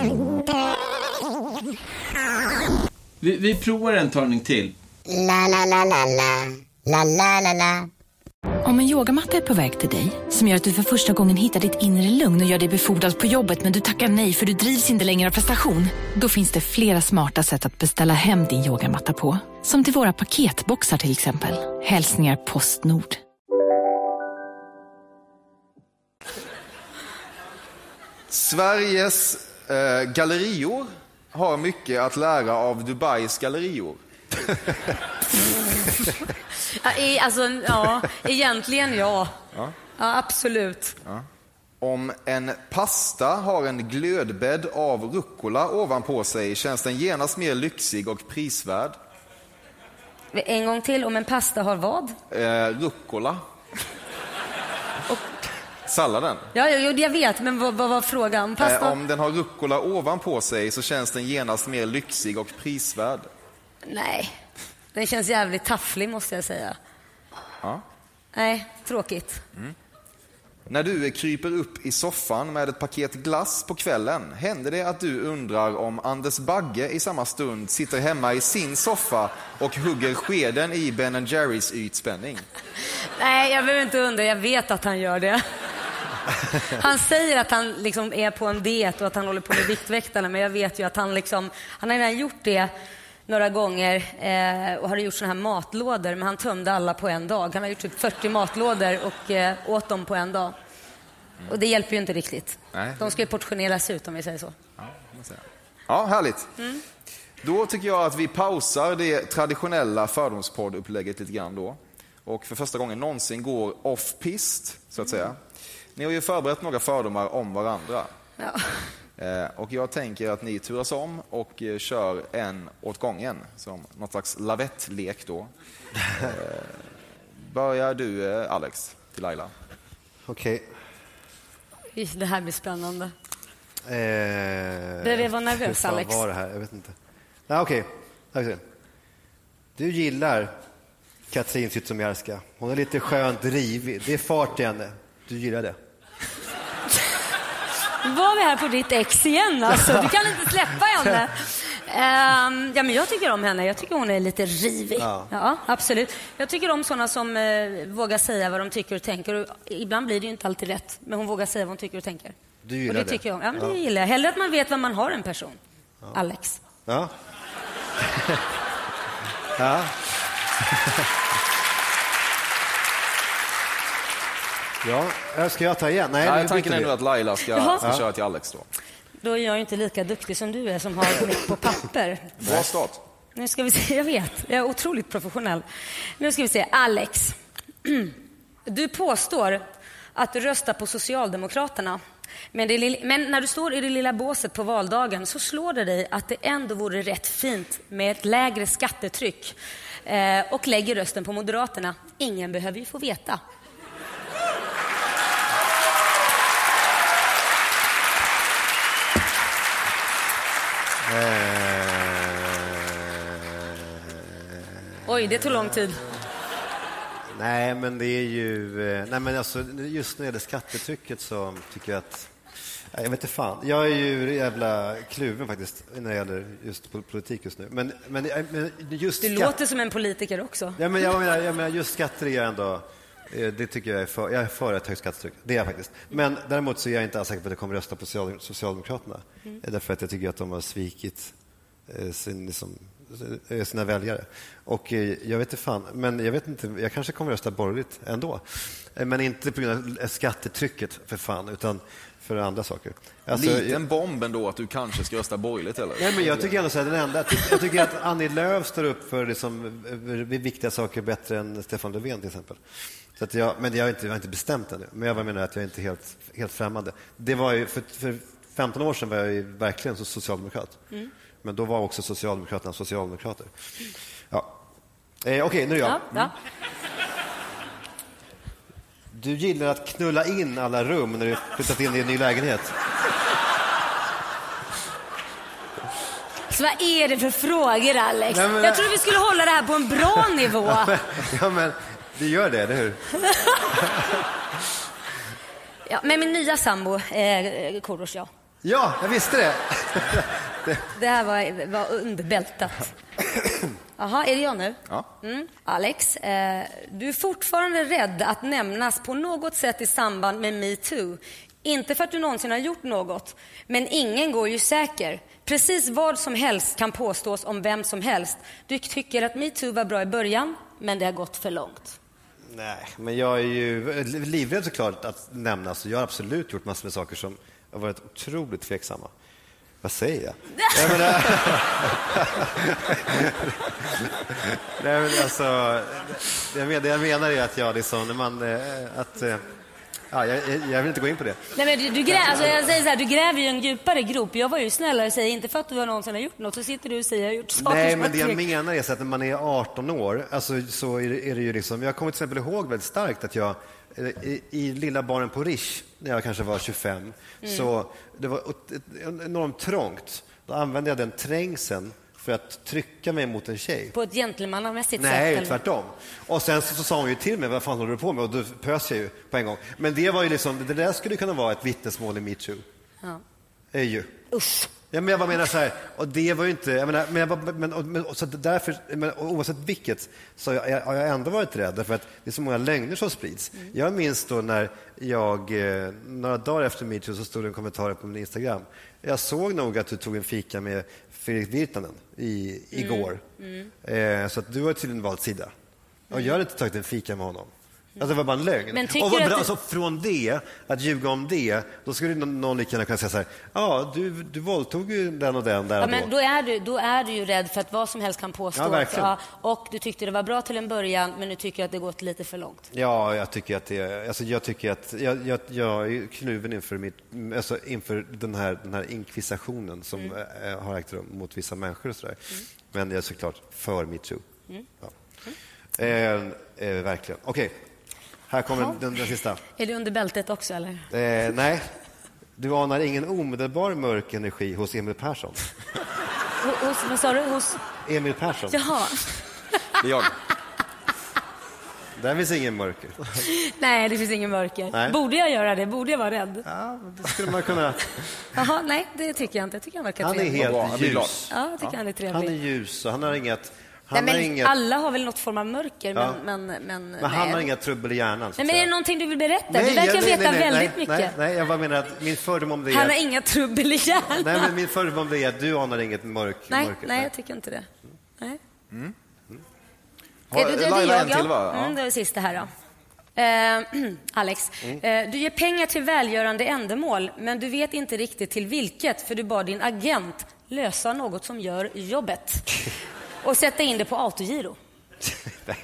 Vi, vi provar en talning till. La la la la la. La la la la. Om en yogamatta är på väg till dig, som gör att du för första gången hittar ditt inre lugn och gör dig befordrad på jobbet, men du tackar nej för du drivs inte längre av prestation. Då finns det flera smarta sätt att beställa hem din yogamatta på. Som till våra paketboxar till exempel. Hälsningar Postnord. Sveriges eh, gallerior har mycket att lära av Dubais gallerior. Ja, i, alltså, ja, egentligen ja. Ja. Ja, absolut. Ja. Om en pasta har en glödbädd av rucola ovanpå sig känns den genast mer lyxig och prisvärd. En gång till, om en pasta har vad? Eh, rucola. Och... Salladen. Ja, jag, jag vet, men vad, vad var frågan? Pasta... Eh, om den har rucola ovanpå sig så känns den genast mer lyxig och prisvärd. Nej, den känns jävligt tafflig måste jag säga. Ja. Nej, tråkigt. Mm. När du kryper upp i soffan med ett paket glass på kvällen händer det att du undrar om Anders Bagge i samma stund sitter hemma i sin soffa och hugger skeden i Ben and Jerrys ytspänning. Nej, jag behöver inte undra. Jag vet att han gör det. Han säger att han liksom är på en diet och att han håller på med Viktväktarna, men jag vet ju att han liksom, han har redan gjort det några gånger eh, och har gjort såna här matlådor, men han tömde alla på en dag. Han har gjort typ fyrtio matlådor och eh, åt dem på en dag. Mm. Och det hjälper ju inte riktigt. Nej. De ska ju portioneras ut, om vi säger så. Ja, ja härligt. Mm. Då tycker jag att vi pausar det traditionella fördomspoddupplägget lite grann då. Och för första gången någonsin går off-pist, så att säga. Ni har ju förberett några fördomar om varandra. Ja. Eh, och jag tänker att ni turas om och eh, kör en åt gången. Som något slags lavettlek då. Eh, börjar du, eh, Alex, till Laila. Okej. Okay. Det här blir spännande. Eh, Behöver jag vara nervös, Alex? Vad var det här? Jag vet inte. Ah, Okej, okay. Du gillar Katrin Zytomierska. Hon är lite skönt rivig. Det är fart i henne. Du gillar det. Var vi här på ditt ex igen alltså? Du kan inte släppa henne. Um, ja, men jag tycker om henne. Jag tycker hon är lite rivig. Ja, ja absolut. Jag tycker om såna som uh, vågar säga vad de tycker och tänker. Och ibland blir det ju inte alltid rätt. Men hon vågar säga vad hon tycker och tänker. Du gillar och det? det? Tycker jag om. Ja, men ja. det gillar jag. Hellre att man vet vad man har en person. Ja. Alex. Ja. Ja. Ja, ska jag ta igen? Nej, Nej jag tänker ändå att Laila ska, ska köra till Alex då. Då är jag inte lika duktig som du är som har mycket på papper. Bra start. Nu ska vi se, jag vet. Jag är otroligt professionell. Nu ska vi se, Alex. Du påstår att du röstar på Socialdemokraterna. Men, det, men när du står i det lilla båset på valdagen så slår det dig att det ändå vore rätt fint med ett lägre skattetryck. Eh, och lägger rösten på Moderaterna. Ingen behöver ju få veta. Oj, det tog lång tid. Nej, men det är ju... Nej, men alltså, just när det gäller skattetrycket så tycker jag att... Jag vet inte fan. Jag är ju jävla kluven faktiskt när det gäller just politik just nu. Men, men, men just du skatt... låter som en politiker också. Ja, men jag menar, jag menar just skatter är ändå... Det tycker jag är för, jag är för ett högt skattetryck. Det är jag faktiskt. Men däremot så är jag inte alls säker på att jag kommer rösta på Socialdemokraterna. Mm. Därför att jag tycker att de har svikit sin, liksom, sina väljare. Och jag vet inte fan, men jag vet inte, jag kanske kommer rösta borgerligt ändå. Men inte på grund av skattetrycket för fan, utan för andra saker. Alltså, liten jag... bomb ändå att du kanske ska rösta borgerligt eller? Nej, men jag tycker ändå så här, den enda, jag, tycker, jag tycker att Annie Lööf står upp för liksom, viktiga saker bättre än Stefan Löfven till exempel. Så att jag, men jag har inte, jag har inte bestämt ännu. Men jag menar att jag är inte helt, helt främmande. Det var ju, för, för femton år sedan var jag ju verkligen så socialdemokrat. Mm. Men då var också Socialdemokraterna socialdemokrater. Ja. Eh, Okej, okay, nu är jag. Ja, ja. Du gillar att knulla in alla rum när du flyttat in i en ny lägenhet. Så vad är det för frågor, Alex? Nej, men... Jag tror vi skulle hålla det här på en bra nivå. Ja, men, ja, men det gör det, eller hur? Ja, men min nya sambo, eh, Korosh, ja. Ja, jag visste det. det. Det här var, var underbältat. Jaha, är det jag nu? Ja. Mm. Alex, eh, du är fortfarande rädd att nämnas på något sätt i samband med MeToo. Inte för att du någonsin har gjort något, men ingen går ju säker. Precis vad som helst kan påstås om vem som helst. Du tycker att MeToo var bra i början, men det har gått för långt. Nej, men jag är ju livrädd såklart att nämnas. Jag har absolut gjort massor med saker som har varit otroligt tveksamma. Vad säger jag? jag menar... Nej, men alltså, jag menar, jag menar är att jag liksom, när man... Att, ja, jag, jag vill inte gå in på det. Nej, men du, du, grä, alltså, jag säger så här, du gräver ju en djupare grop. Jag var ju snällare och säger inte för att du har någonsin har gjort något. Så sitter du och säger jag har gjort saker. Nej, men det jag menar är så att när man är arton år, alltså, så är det, är det ju liksom... Jag kommer till exempel ihåg väldigt starkt att jag... I, i lilla barnen på Rish, när jag kanske var tjugofem, mm. så det var enormt trångt. Då använde jag den trängseln för att trycka mig mot en tjej. På ett gentlemannamässigt sätt? Nej, tvärtom. Och sen så, så sa hon ju till mig, vad fan håller du på med? Och då pös jag ju på en gång. Men det var ju liksom, det där skulle kunna vara ett vittnesmål i MeToo. Ja. Är ju. Usch. Ja, men jag bara menar så här, och det var ju inte, jag menar, men, jag bara, men, och, men, och så därför, men, oavsett vilket så har jag, har jag ändå varit rädd därför att det är så många lögner som sprids. Mm. Jag minns då när jag, några dagar efter MeToo så stod det en kommentar på min Instagram. Jag såg nog att du tog en fika med Fredrik Virtanen i, igår. Mm. Mm. Eh, så att du har tydligen valt sida. Och jag hade inte tagit en fika med honom. Alltså det var bara en lögn. Men och vad, att alltså, från det, att ljuga om det, då skulle någon lika gärna kunna säga så här, ja, du, du våldtog ju den och den där ja, och då. Men då är, du, då är du ju rädd för att vad som helst kan påstå. Ja, verkligen. Ja, och du tyckte det var bra till en början, men du tycker att det gått lite för långt. Ja, jag tycker att det, alltså jag tycker att jag, jag, jag är kluven inför, mitt, alltså inför den, här, den här inkvisitionen som mm. har ägt rum mot vissa människor och sådär. Mm. Men jag är såklart för MeToo. Mm. Ja. Mm. Eh, eh, verkligen. Okej. Okay. Här kommer den, den sista. Är det under bältet också, eller? Eh, nej. Du anar ingen omedelbar mörk energi hos Emil Persson. Hos, vad sa du? Hos... Emil Persson. Jaha. Det är jag. Där finns ingen mörker. Nej, det finns ingen mörker. Nej. Borde jag göra det? Borde jag vara rädd? Ja, det skulle man kunna. Jaha, nej, det tycker jag inte. Jag tycker han verkar han trevlig. Han är helt ljus. Ja, jag tycker ja. han är trevlig. Han är ljus och han har inget... Han nej, men inget... Alla har väl något form av mörker, ja. men, men, men, men han har inga trubbel i hjärnan. Nej, men är det någonting du vill berätta? Nej, du verkar nej, veta nej, nej, väldigt nej, mycket. Nej, nej, jag bara menar att min fördom om det är... Han har inga trubbel i hjärnan. Nej, men min fördom om det är att du anar inget mörk, nej, mörker. Nej, jag tycker inte det. Nej. Mm. Mm. Har, det, det, det, det, jag, till, va? Ja. Mm, det är det sista här då. Eh, Alex, mm. eh, du ger pengar till välgörande ändamål, men du vet inte riktigt till vilket, för du bad din agent lösa något som gör jobbet och sätta in det på autogiro. Nej.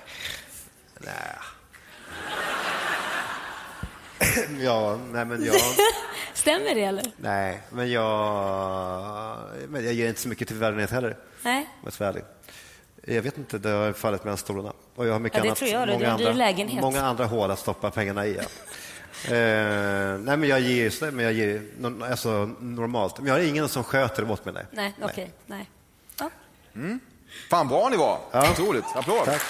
Ja, nej men jag... Stämmer det eller? Nej, men jag... Men jag ger inte så mycket till välgörenhet heller. Nej. Jag, jag vet inte, det har fallit mellan stolarna. Och jag har mycket ja, det annat, tror jag. Det. Många, det andra, lägenhet. många andra hål att stoppa pengarna i. Ja. eh, nej, men jag ger, men jag ger alltså, normalt. Men jag har ingen som sköter det åt mig. Nej, nej okej. Okay. Nej. Ja. Mm. Fan, bra ni var. Ja. Otroligt. Applåd. Tack.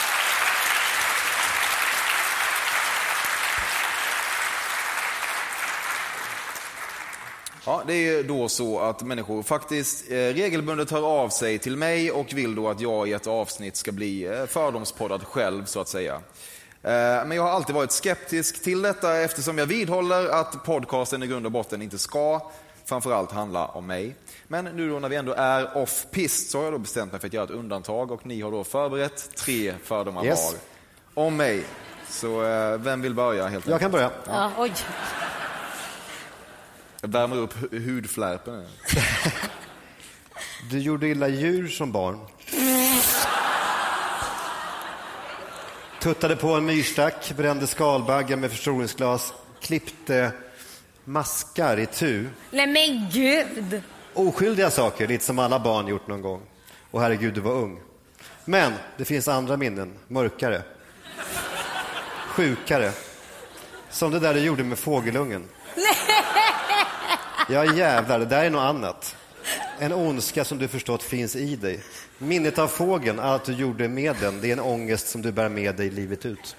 Ja, det är då så att människor faktiskt eh, regelbundet hör av sig till mig och vill då att jag i ett avsnitt ska bli eh, fördomspoddad själv så att säga. Eh, men jag har alltid varit skeptisk till detta eftersom jag vidhåller att podcasten i grund och botten inte ska framförallt handla om mig. Men nu då när vi ändå är off-pist så har jag då bestämt mig för att göra ett undantag och ni har då förberett tre fördomar yes. var om mig. Så eh, vem vill börja helt enkelt? Jag kan börja. Ja, ja oj. Jag värmer upp hudflärpen. Du gjorde illa djur som barn. Tuttade på en myrstack, brände skalbaggar med förstoringsglas, klippte maskar i tu. Nej men gud! Oskyldiga saker, lite som alla barn gjort någon gång. Och herregud, du var ung. Men det finns andra minnen, mörkare. Sjukare. Som det där du gjorde med fågelungen. Ja jävlar, det där är något annat. En ondska som du förstått finns i dig. Minnet av fågeln, allt du gjorde med den, det är en ångest som du bär med dig livet ut.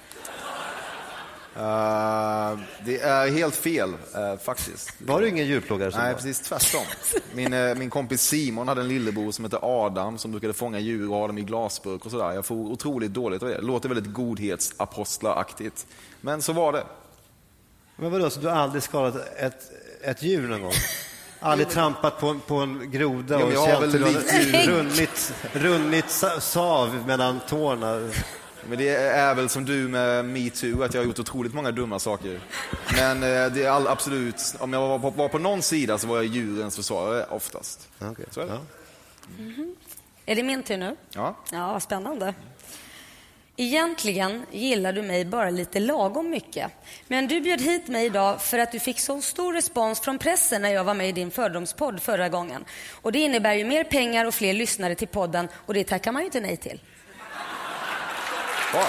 Uh, det är helt fel, uh, faktiskt. Var du ingen djurplågare? Nej, precis tvärtom. Min, uh, min kompis Simon hade en lillebror som hette Adam som brukade fånga djur och ha dem i glasburk och sådär. Jag får otroligt dåligt av det. Det låter väldigt godhetsapostlaaktigt. Men så var det. Men vadå, så du har aldrig skadat ett, ett djur någon gång? Aldrig trampat på, på en groda och känt hur runnit, runnit sav mellan tårna? Men det är väl som du med MeToo att jag har gjort otroligt många dumma saker. Men det är all, absolut, om jag var på, var på någon sida så var jag djurens försvarare oftast. Okay. Så är det. Ja. Mm-hmm. Är det min tur nu? Ja. Ja, spännande. Egentligen gillar du mig bara lite lagom mycket. Men du bjöd hit mig idag för att du fick så stor respons från pressen när jag var med i din fördomspodd förra gången. Och det innebär ju mer pengar och fler lyssnare till podden och det tackar man ju inte nej till. Wow.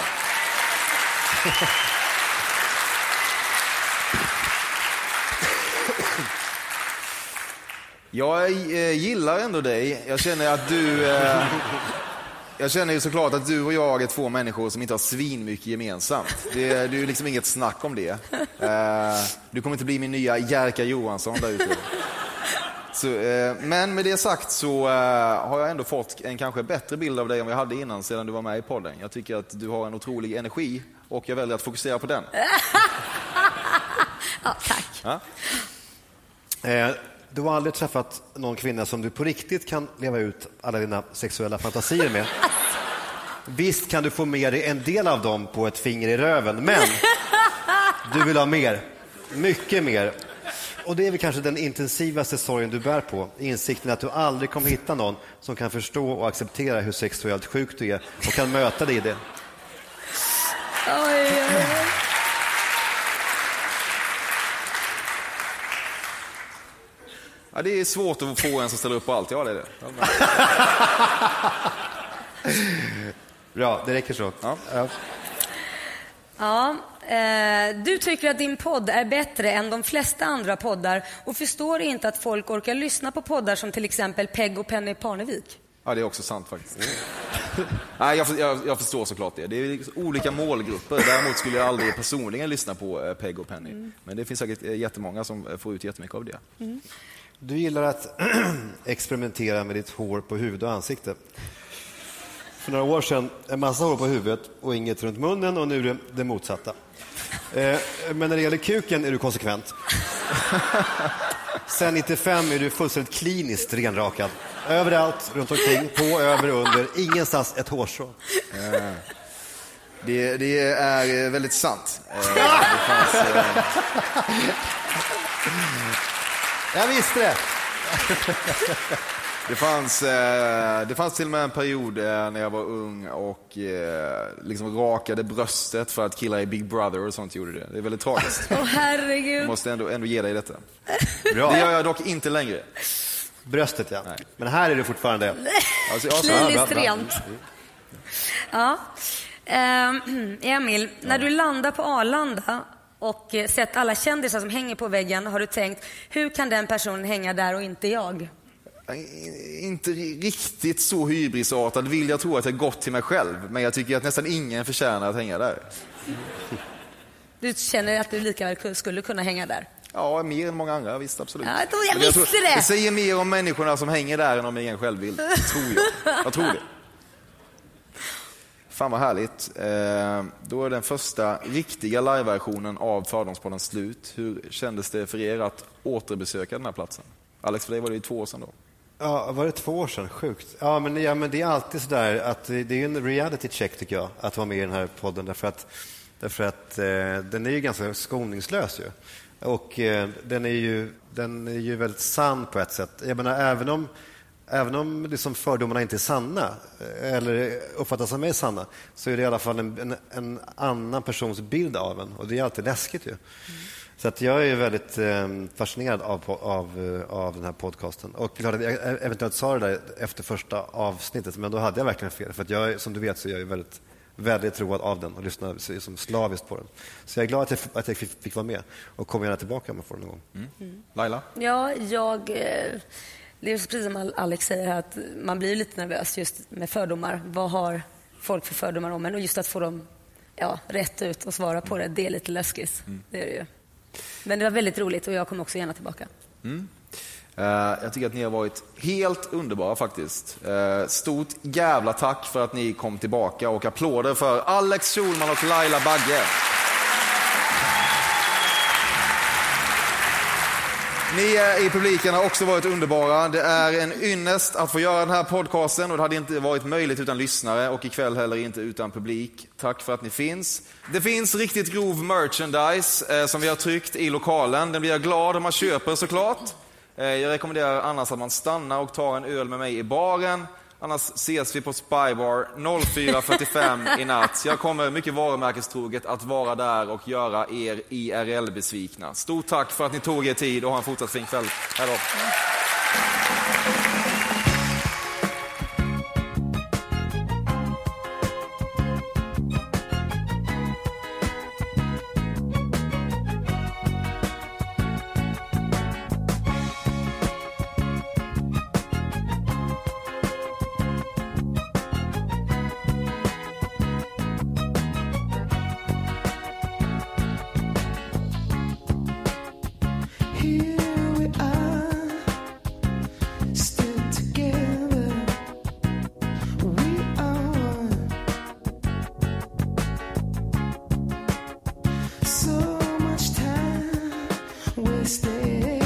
Jag eh, gillar ändå dig. Jag känner att du... Eh, jag känner ju såklart att du och jag är två människor som inte har svin mycket gemensamt. Det, det är ju liksom inget snack om det. Eh, du kommer inte bli min nya Jerka Johansson där ute. Så, eh, men med det sagt så eh, har jag ändå fått en kanske bättre bild av dig än jag hade innan sedan du var med i podden. Jag tycker att du har en otrolig energi och jag väljer att fokusera på den. Ja, tack. Ja? Eh, du har aldrig träffat någon kvinna som du på riktigt kan leva ut alla dina sexuella fantasier med. Visst kan du få med dig en del av dem på ett finger i röven, men du vill ha mer. Mycket mer. Och det är väl kanske den intensivaste sorgen du bär på. Insikten att du aldrig kommer hitta någon som kan förstå och acceptera hur sexuellt sjuk du är och kan möta dig i det. Oj, oj, oj. Ja, det är svårt att få en som ställer upp på allt. Ja, det är det. Bra, det räcker så. Ja. Ja. Ja, eh, du tycker att din podd är bättre än de flesta andra poddar och förstår inte att folk orkar lyssna på poddar som till exempel Peg och Penny Parnevik. Ja, det är också sant faktiskt. Nej, jag, jag, jag förstår såklart det. Det är olika målgrupper. Däremot skulle jag aldrig personligen lyssna på eh, Peg och Penny. Mm. Men det finns säkert jättemånga som får ut jättemycket av det. Mm. Du gillar att experimentera med ditt hår på huvud och ansikte. För några år sedan en massa hår på huvudet och inget runt munnen, och nu är det det motsatta. Eh, men när det gäller kuken är du konsekvent. Sen nittiofem är du fullständigt kliniskt renrakad. Överallt, runt omkring, på, över, under. Ingenstans ett hårstrå. Eh, det, det är väldigt sant. Eh, det fanns, eh... Jag visste det. Det fanns, eh, det fanns till och med en period eh, när jag var ung och eh, liksom rakade bröstet för att killar i Big Brother och sånt gjorde det. Det är väldigt tragiskt. Åh, oh, herregud. Jag måste ändå, ändå ge dig detta. Bra. Det gör jag dock inte längre. Bröstet, ja. Nej. Men här är du fortfarande... Alltså, kliniskt rent. Ja. Um, Emil, när du landar på Arlanda och sett alla kändisar som hänger på väggen, har du tänkt, hur kan den personen hänga där och inte jag? Inte riktigt så hybrisartad vill jag tro att jag gått till mig själv. Men jag tycker att nästan ingen förtjänar att hänga där. Du känner att du lika väl skulle kunna hänga där? Ja, mer än många andra, visst, absolut. Ja, då, jag jag visste tror, det! Det säger mer om människorna som hänger där än om egen själv vill. Tror jag. Jag tror det. Fan vad härligt. Eh, då är den första riktiga live-versionen av Fördomspodden slut. Hur kändes det för er att återbesöka den här platsen? Alex, för dig var det ju två år sedan då. Ja, var det två år sedan? Sjukt. Ja, men, ja, men det är alltid så där att det är en reality check, tycker jag, att vara med i den här podden. Därför att, därför att eh, den är ju ganska skoningslös ju. Och eh, den, är ju, den är ju väldigt sann på ett sätt. Jag menar, även om, även om liksom fördomarna inte är sanna, eller uppfattas som är sanna, så är det i alla fall en, en, en annan persons bild av en. Och det är alltid läskigt ju. Mm. Så att jag är väldigt eh, fascinerad av, av, av den här podcasten. Och klart att jag eventuellt sa det där efter första avsnittet, men då hade jag verkligen fel. För att jag, som du vet, så är jag väldigt, väldigt road av den och lyssnar som slaviskt på den. Så jag är glad att jag, att jag fick, fick vara med och kommer gärna tillbaka om jag får den någon gång. Mm. Mm. Laila? Ja, jag... Det är precis som Alex säger här, att man blir lite nervös just med fördomar. Vad har folk för fördomar om en? Och just att få dem ja, rätt ut och svara på det, det är lite läskigt. Mm. Det är det ju. Men det var väldigt roligt och jag kommer också gärna tillbaka. Mm. Uh, jag tycker att ni har varit helt underbara faktiskt. Uh, stort jävla tack för att ni kom tillbaka och applåder för Alex Schulman och Laila Bagge. Ni i publiken har också varit underbara. Det är en ynnest att få göra den här podcasten och det hade inte varit möjligt utan lyssnare och ikväll heller inte utan publik. Tack för att ni finns. Det finns riktigt grov merchandise eh, som vi har tryckt i lokalen. Den blir jag glad om man köper såklart. Eh, jag rekommenderar annars att man stannar och tar en öl med mig i baren. Annars ses vi på Spybar noll fyra fyrtiofem i natt. Jag kommer mycket varumärkestroget att vara där och göra er I R L-besvikna. Stort tack för att ni tog er tid och ha en fortsatt fin kväll. Hej då. steg.